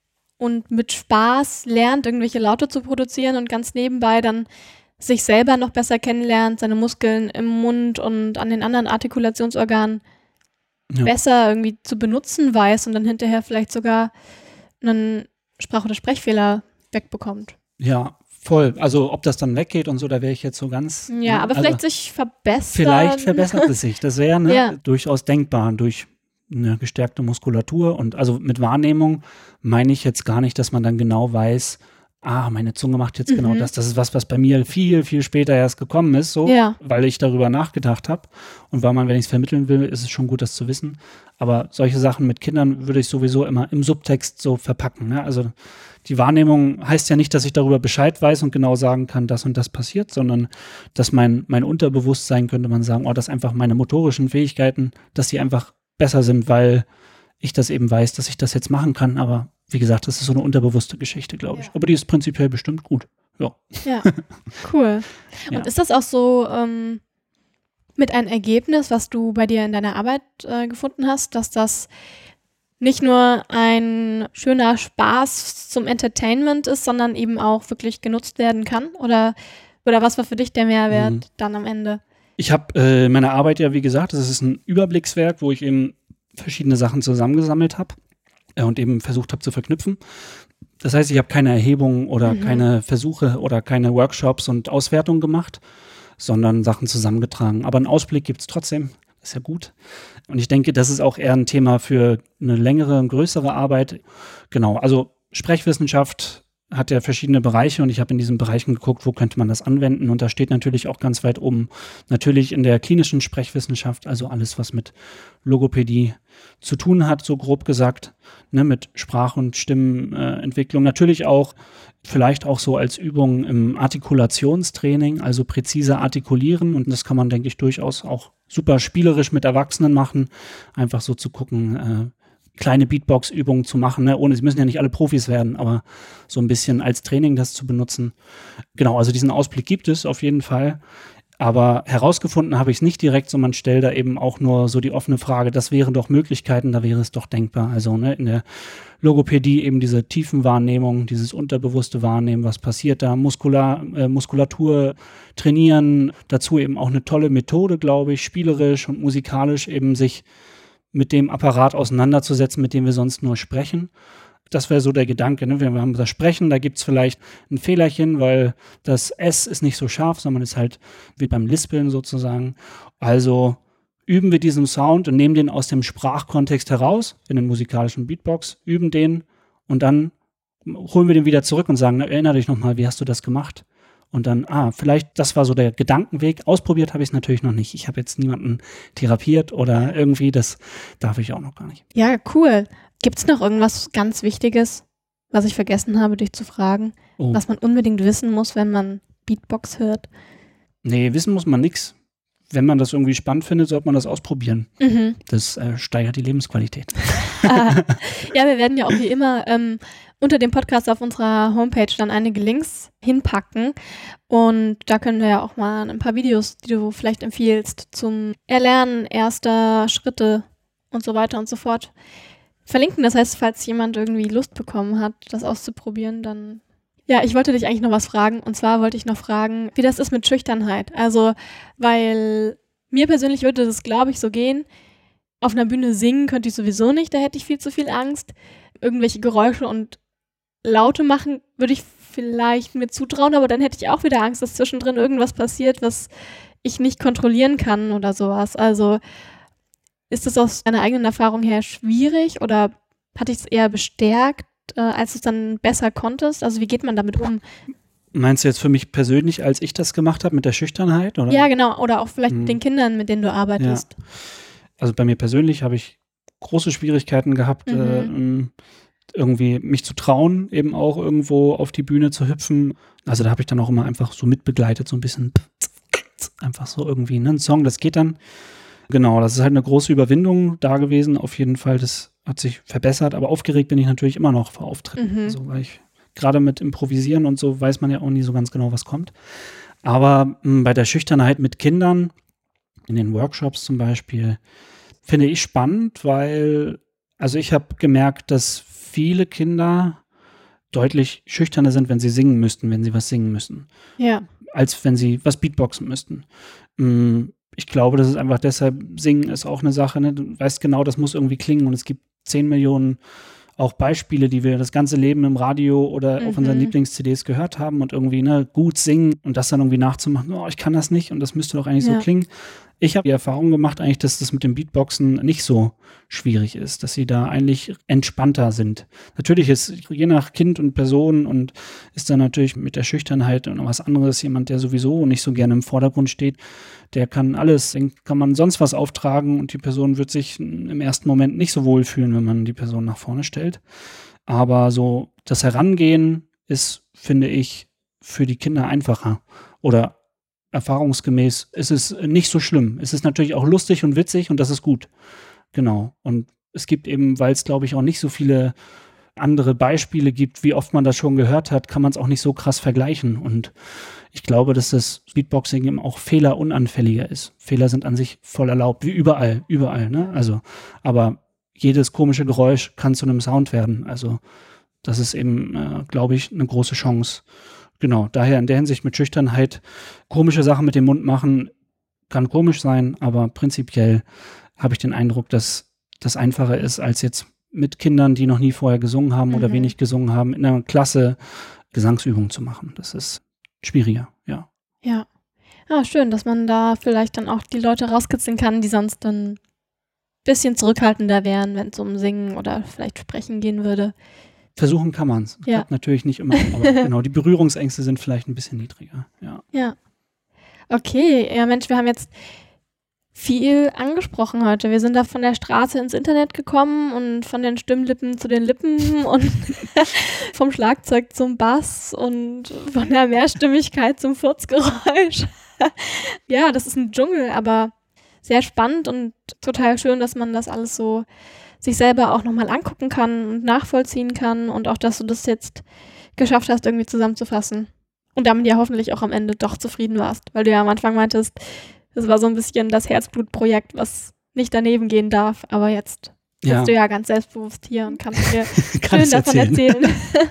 und mit Spaß lernt, irgendwelche Laute zu produzieren und ganz nebenbei dann sich selber noch besser kennenlernt, seine Muskeln im Mund und an den anderen Artikulationsorganen besser irgendwie zu benutzen weiß und dann hinterher vielleicht sogar einen Sprach- oder Sprechfehler wegbekommt. Ja, voll. Also ob das dann weggeht und so, da wäre ich jetzt so ganz. Ja, aber vielleicht sich verbessern. Vielleicht verbessert es sich. Das wäre durchaus denkbar durch eine gestärkte Muskulatur. Und also mit Wahrnehmung meine ich jetzt gar nicht, dass man dann genau weiß, meine Zunge macht jetzt genau das. Das ist was bei mir viel, viel später erst gekommen ist, so, weil ich darüber nachgedacht habe. Und weil wenn ich es vermitteln will, ist es schon gut, das zu wissen. Aber solche Sachen mit Kindern würde ich sowieso immer im Subtext so verpacken. Ne? Also die Wahrnehmung heißt ja nicht, dass ich darüber Bescheid weiß und genau sagen kann, das und das passiert, sondern dass mein Unterbewusstsein, könnte man sagen, dass einfach meine motorischen Fähigkeiten, dass die einfach besser sind, weil ich das eben weiß, dass ich das jetzt machen kann. Aber wie gesagt, das ist so eine unterbewusste Geschichte, glaube ich. Aber die ist prinzipiell bestimmt gut. Ja, cool. Und ist das auch so mit einem Ergebnis, was du bei dir in deiner Arbeit gefunden hast, dass das nicht nur ein schöner Spaß zum Entertainment ist, sondern eben auch wirklich genutzt werden kann? Oder was war für dich der Mehrwert dann am Ende? Ich habe meine Arbeit ja, wie gesagt, das ist ein Überblickswerk, wo ich eben verschiedene Sachen zusammengesammelt habe und eben versucht habe zu verknüpfen. Das heißt, ich habe keine Erhebungen oder keine Versuche oder keine Workshops und Auswertungen gemacht, sondern Sachen zusammengetragen. Aber einen Ausblick gibt es trotzdem. Das ist ja gut. Und ich denke, das ist auch eher ein Thema für eine längere und größere Arbeit. Genau, also Sprechwissenschaft hat ja verschiedene Bereiche und ich habe in diesen Bereichen geguckt, wo könnte man das anwenden. Und da steht natürlich auch ganz weit oben, natürlich in der klinischen Sprechwissenschaft, also alles, was mit Logopädie zu tun hat, so grob gesagt, ne, mit Sprach- und Stimmentwicklung. Natürlich auch, vielleicht auch so als Übung im Artikulationstraining, also präzise artikulieren. Und das kann man, denke ich, durchaus auch super spielerisch mit Erwachsenen machen. Einfach so zu gucken, kleine Beatbox-Übungen zu machen, ne? Ohne, sie müssen ja nicht alle Profis werden, aber so ein bisschen als Training das zu benutzen. Genau, also diesen Ausblick gibt es auf jeden Fall. Aber herausgefunden habe ich es nicht direkt, sondern man stellt da eben auch nur so die offene Frage, das wären doch Möglichkeiten, da wäre es doch denkbar. Also ne, in der Logopädie eben diese Tiefenwahrnehmung, dieses unterbewusste Wahrnehmen, was passiert da, Muskulatur trainieren, dazu eben auch eine tolle Methode, glaube ich, spielerisch und musikalisch eben sich mit dem Apparat auseinanderzusetzen, mit dem wir sonst nur sprechen. Das wäre so der Gedanke, ne? Wir haben das Sprechen, da gibt es vielleicht ein Fehlerchen, weil das S ist nicht so scharf, sondern ist halt wie beim Lispeln sozusagen. Also üben wir diesen Sound und nehmen den aus dem Sprachkontext heraus, in den musikalischen Beatbox, üben den und dann holen wir den wieder zurück und sagen, erinnere dich nochmal, wie hast du das gemacht? Und dann, vielleicht, das war so der Gedankenweg. Ausprobiert habe ich es natürlich noch nicht. Ich habe jetzt niemanden therapiert oder irgendwie, das darf ich auch noch gar nicht. Ja, cool. Gibt es noch irgendwas ganz Wichtiges, was ich vergessen habe, dich zu fragen, was man unbedingt wissen muss, wenn man Beatbox hört? Nee, wissen muss man nichts. Wenn man das irgendwie spannend findet, sollte man das ausprobieren. Das steigert die Lebensqualität. Ja, wir werden ja auch wie immer unter dem Podcast auf unserer Homepage dann einige Links hinpacken. Und da können wir ja auch mal ein paar Videos, die du vielleicht empfiehlst, zum Erlernen erster Schritte und so weiter und so fort verlinken. Das heißt, falls jemand irgendwie Lust bekommen hat, das auszuprobieren, dann... Ja, ich wollte dich eigentlich noch was fragen. Und zwar wollte ich noch fragen, wie das ist mit Schüchternheit. Also, weil mir persönlich würde das, glaube ich, so gehen. Auf einer Bühne singen könnte ich sowieso nicht, da hätte ich viel zu viel Angst. Irgendwelche Geräusche und Laute machen würde ich vielleicht mir zutrauen, aber dann hätte ich auch wieder Angst, dass zwischendrin irgendwas passiert, was ich nicht kontrollieren kann oder sowas. Also, ist das aus deiner eigenen Erfahrung her schwierig oder hat dich es eher bestärkt, als du es dann besser konntest? Also wie geht man damit um? Meinst du jetzt für mich persönlich, als ich das gemacht habe mit der Schüchternheit? Oder? Ja, genau. Oder auch vielleicht mit den Kindern, mit denen du arbeitest. Ja. Also bei mir persönlich habe ich große Schwierigkeiten gehabt, irgendwie mich zu trauen, eben auch irgendwo auf die Bühne zu hüpfen. Also da habe ich dann auch immer einfach so mitbegleitet, so ein bisschen einfach so irgendwie, ne? Ein Song, das geht dann. Genau, das ist halt eine große Überwindung da gewesen, auf jeden Fall. Das hat sich verbessert, aber aufgeregt bin ich natürlich immer noch vor Auftritten. So, weil ich gerade mit Improvisieren und so weiß man ja auch nie so ganz genau, was kommt. Aber bei der Schüchternheit mit Kindern, in den Workshops zum Beispiel, finde ich spannend, weil, also ich habe gemerkt, dass viele Kinder deutlich schüchterner sind, wenn sie singen müssten, wenn sie was singen müssen. Ja. Als wenn sie was beatboxen müssten. Ich glaube, das ist einfach deshalb, Singen ist auch eine Sache, ne? Du weißt genau, das muss irgendwie klingen und es gibt 10 Millionen auch Beispiele, die wir das ganze Leben im Radio oder auf unseren Lieblings-CDs gehört haben und irgendwie gut singen und das dann irgendwie nachzumachen, ich kann das nicht und das müsste doch eigentlich so klingen. Ich habe die Erfahrung gemacht eigentlich, dass das mit dem Beatboxen nicht so schwierig ist, dass sie da eigentlich entspannter sind. Natürlich ist je nach Kind und Person und ist dann natürlich mit der Schüchternheit und was anderes jemand, der sowieso nicht so gerne im Vordergrund steht, der kann alles, den kann man sonst was auftragen und die Person wird sich im ersten Moment nicht so wohl fühlen, wenn man die Person nach vorne stellt. Aber so das Herangehen ist, finde ich, für die Kinder einfacher oder erfahrungsgemäß ist es nicht so schlimm. Es ist natürlich auch lustig und witzig und das ist gut. Genau. Und es gibt eben, weil es, glaube ich, auch nicht so viele andere Beispiele gibt, wie oft man das schon gehört hat, kann man es auch nicht so krass vergleichen. Und ich glaube, dass das Beatboxing eben auch fehlerunanfälliger ist. Fehler sind an sich voll erlaubt, wie überall, ne? Also, aber jedes komische Geräusch kann zu einem Sound werden. Also das ist eben, glaube ich, eine große Chance. Genau, daher in der Hinsicht mit Schüchternheit komische Sachen mit dem Mund machen kann komisch sein, aber prinzipiell habe ich den Eindruck, dass das einfacher ist, als jetzt mit Kindern, die noch nie vorher gesungen haben oder wenig gesungen haben, in einer Klasse Gesangsübungen zu machen. Das ist schwieriger, ja. Ja. Ah, schön, dass man da vielleicht dann auch die Leute rauskitzeln kann, die sonst dann ein bisschen zurückhaltender wären, wenn es um Singen oder vielleicht Sprechen gehen würde. Versuchen kann man es. Ja. Klappt natürlich nicht immer, aber genau, die Berührungsängste sind vielleicht ein bisschen niedriger, ja. Ja. Okay, ja Mensch, wir haben jetzt viel angesprochen heute. Wir sind da von der Straße ins Internet gekommen und von den Stimmlippen zu den Lippen und vom Schlagzeug zum Bass und von der Mehrstimmigkeit zum Furzgeräusch. Ja, das ist ein Dschungel, aber sehr spannend und total schön, dass man das alles so sich selber auch nochmal angucken kann und nachvollziehen kann und auch, dass du das jetzt geschafft hast, irgendwie zusammenzufassen. Und damit ja hoffentlich auch am Ende doch zufrieden warst, weil du ja am Anfang meintest, das war so ein bisschen das Herzblutprojekt, was nicht daneben gehen darf, aber jetzt bist du ja ganz selbstbewusst hier und kannst mir schön davon erzählen.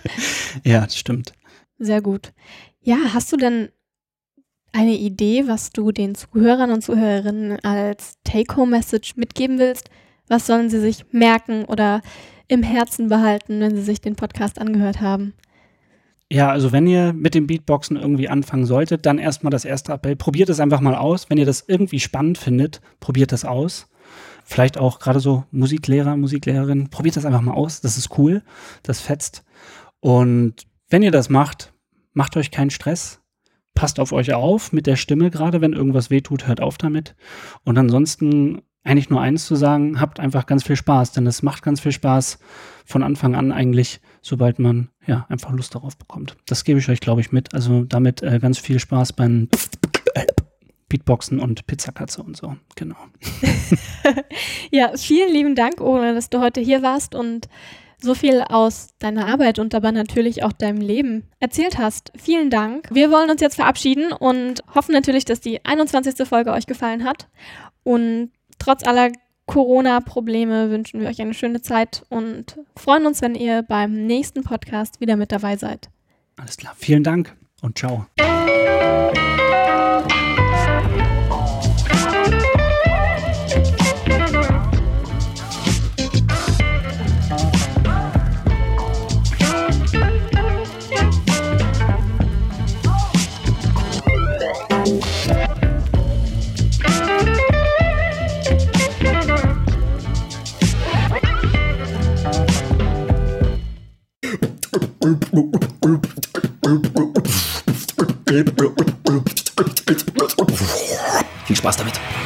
Ja, das stimmt. Sehr gut. Ja, hast du denn eine Idee, was du den Zuhörern und Zuhörerinnen als Take-Home-Message mitgeben willst? Was sollen sie sich merken oder im Herzen behalten, wenn sie sich den Podcast angehört haben? Ja, also wenn ihr mit dem Beatboxen irgendwie anfangen solltet, dann erstmal das erste Appell. Probiert es einfach mal aus. Wenn ihr das irgendwie spannend findet, probiert das aus. Vielleicht auch gerade so Musiklehrer, Musiklehrerin, probiert das einfach mal aus. Das ist cool, das fetzt. Und wenn ihr das macht, macht euch keinen Stress. Passt auf euch auf mit der Stimme gerade, wenn irgendwas wehtut, hört auf damit. Und ansonsten eigentlich nur eins zu sagen, habt einfach ganz viel Spaß, denn es macht ganz viel Spaß von Anfang an eigentlich, sobald man ja einfach Lust darauf bekommt. Das gebe ich euch, glaube ich, mit. Also damit ganz viel Spaß beim Beatboxen und Pizzakatze und so, genau. Ja, vielen lieben Dank, Ole, dass du heute hier warst und so viel aus deiner Arbeit und aber natürlich auch deinem Leben erzählt hast. Vielen Dank. Wir wollen uns jetzt verabschieden und hoffen natürlich, dass die 21. Folge euch gefallen hat. Und trotz aller Corona-Probleme wünschen wir euch eine schöne Zeit und freuen uns, wenn ihr beim nächsten Podcast wieder mit dabei seid. Alles klar. Vielen Dank und ciao. Viel Spaß damit.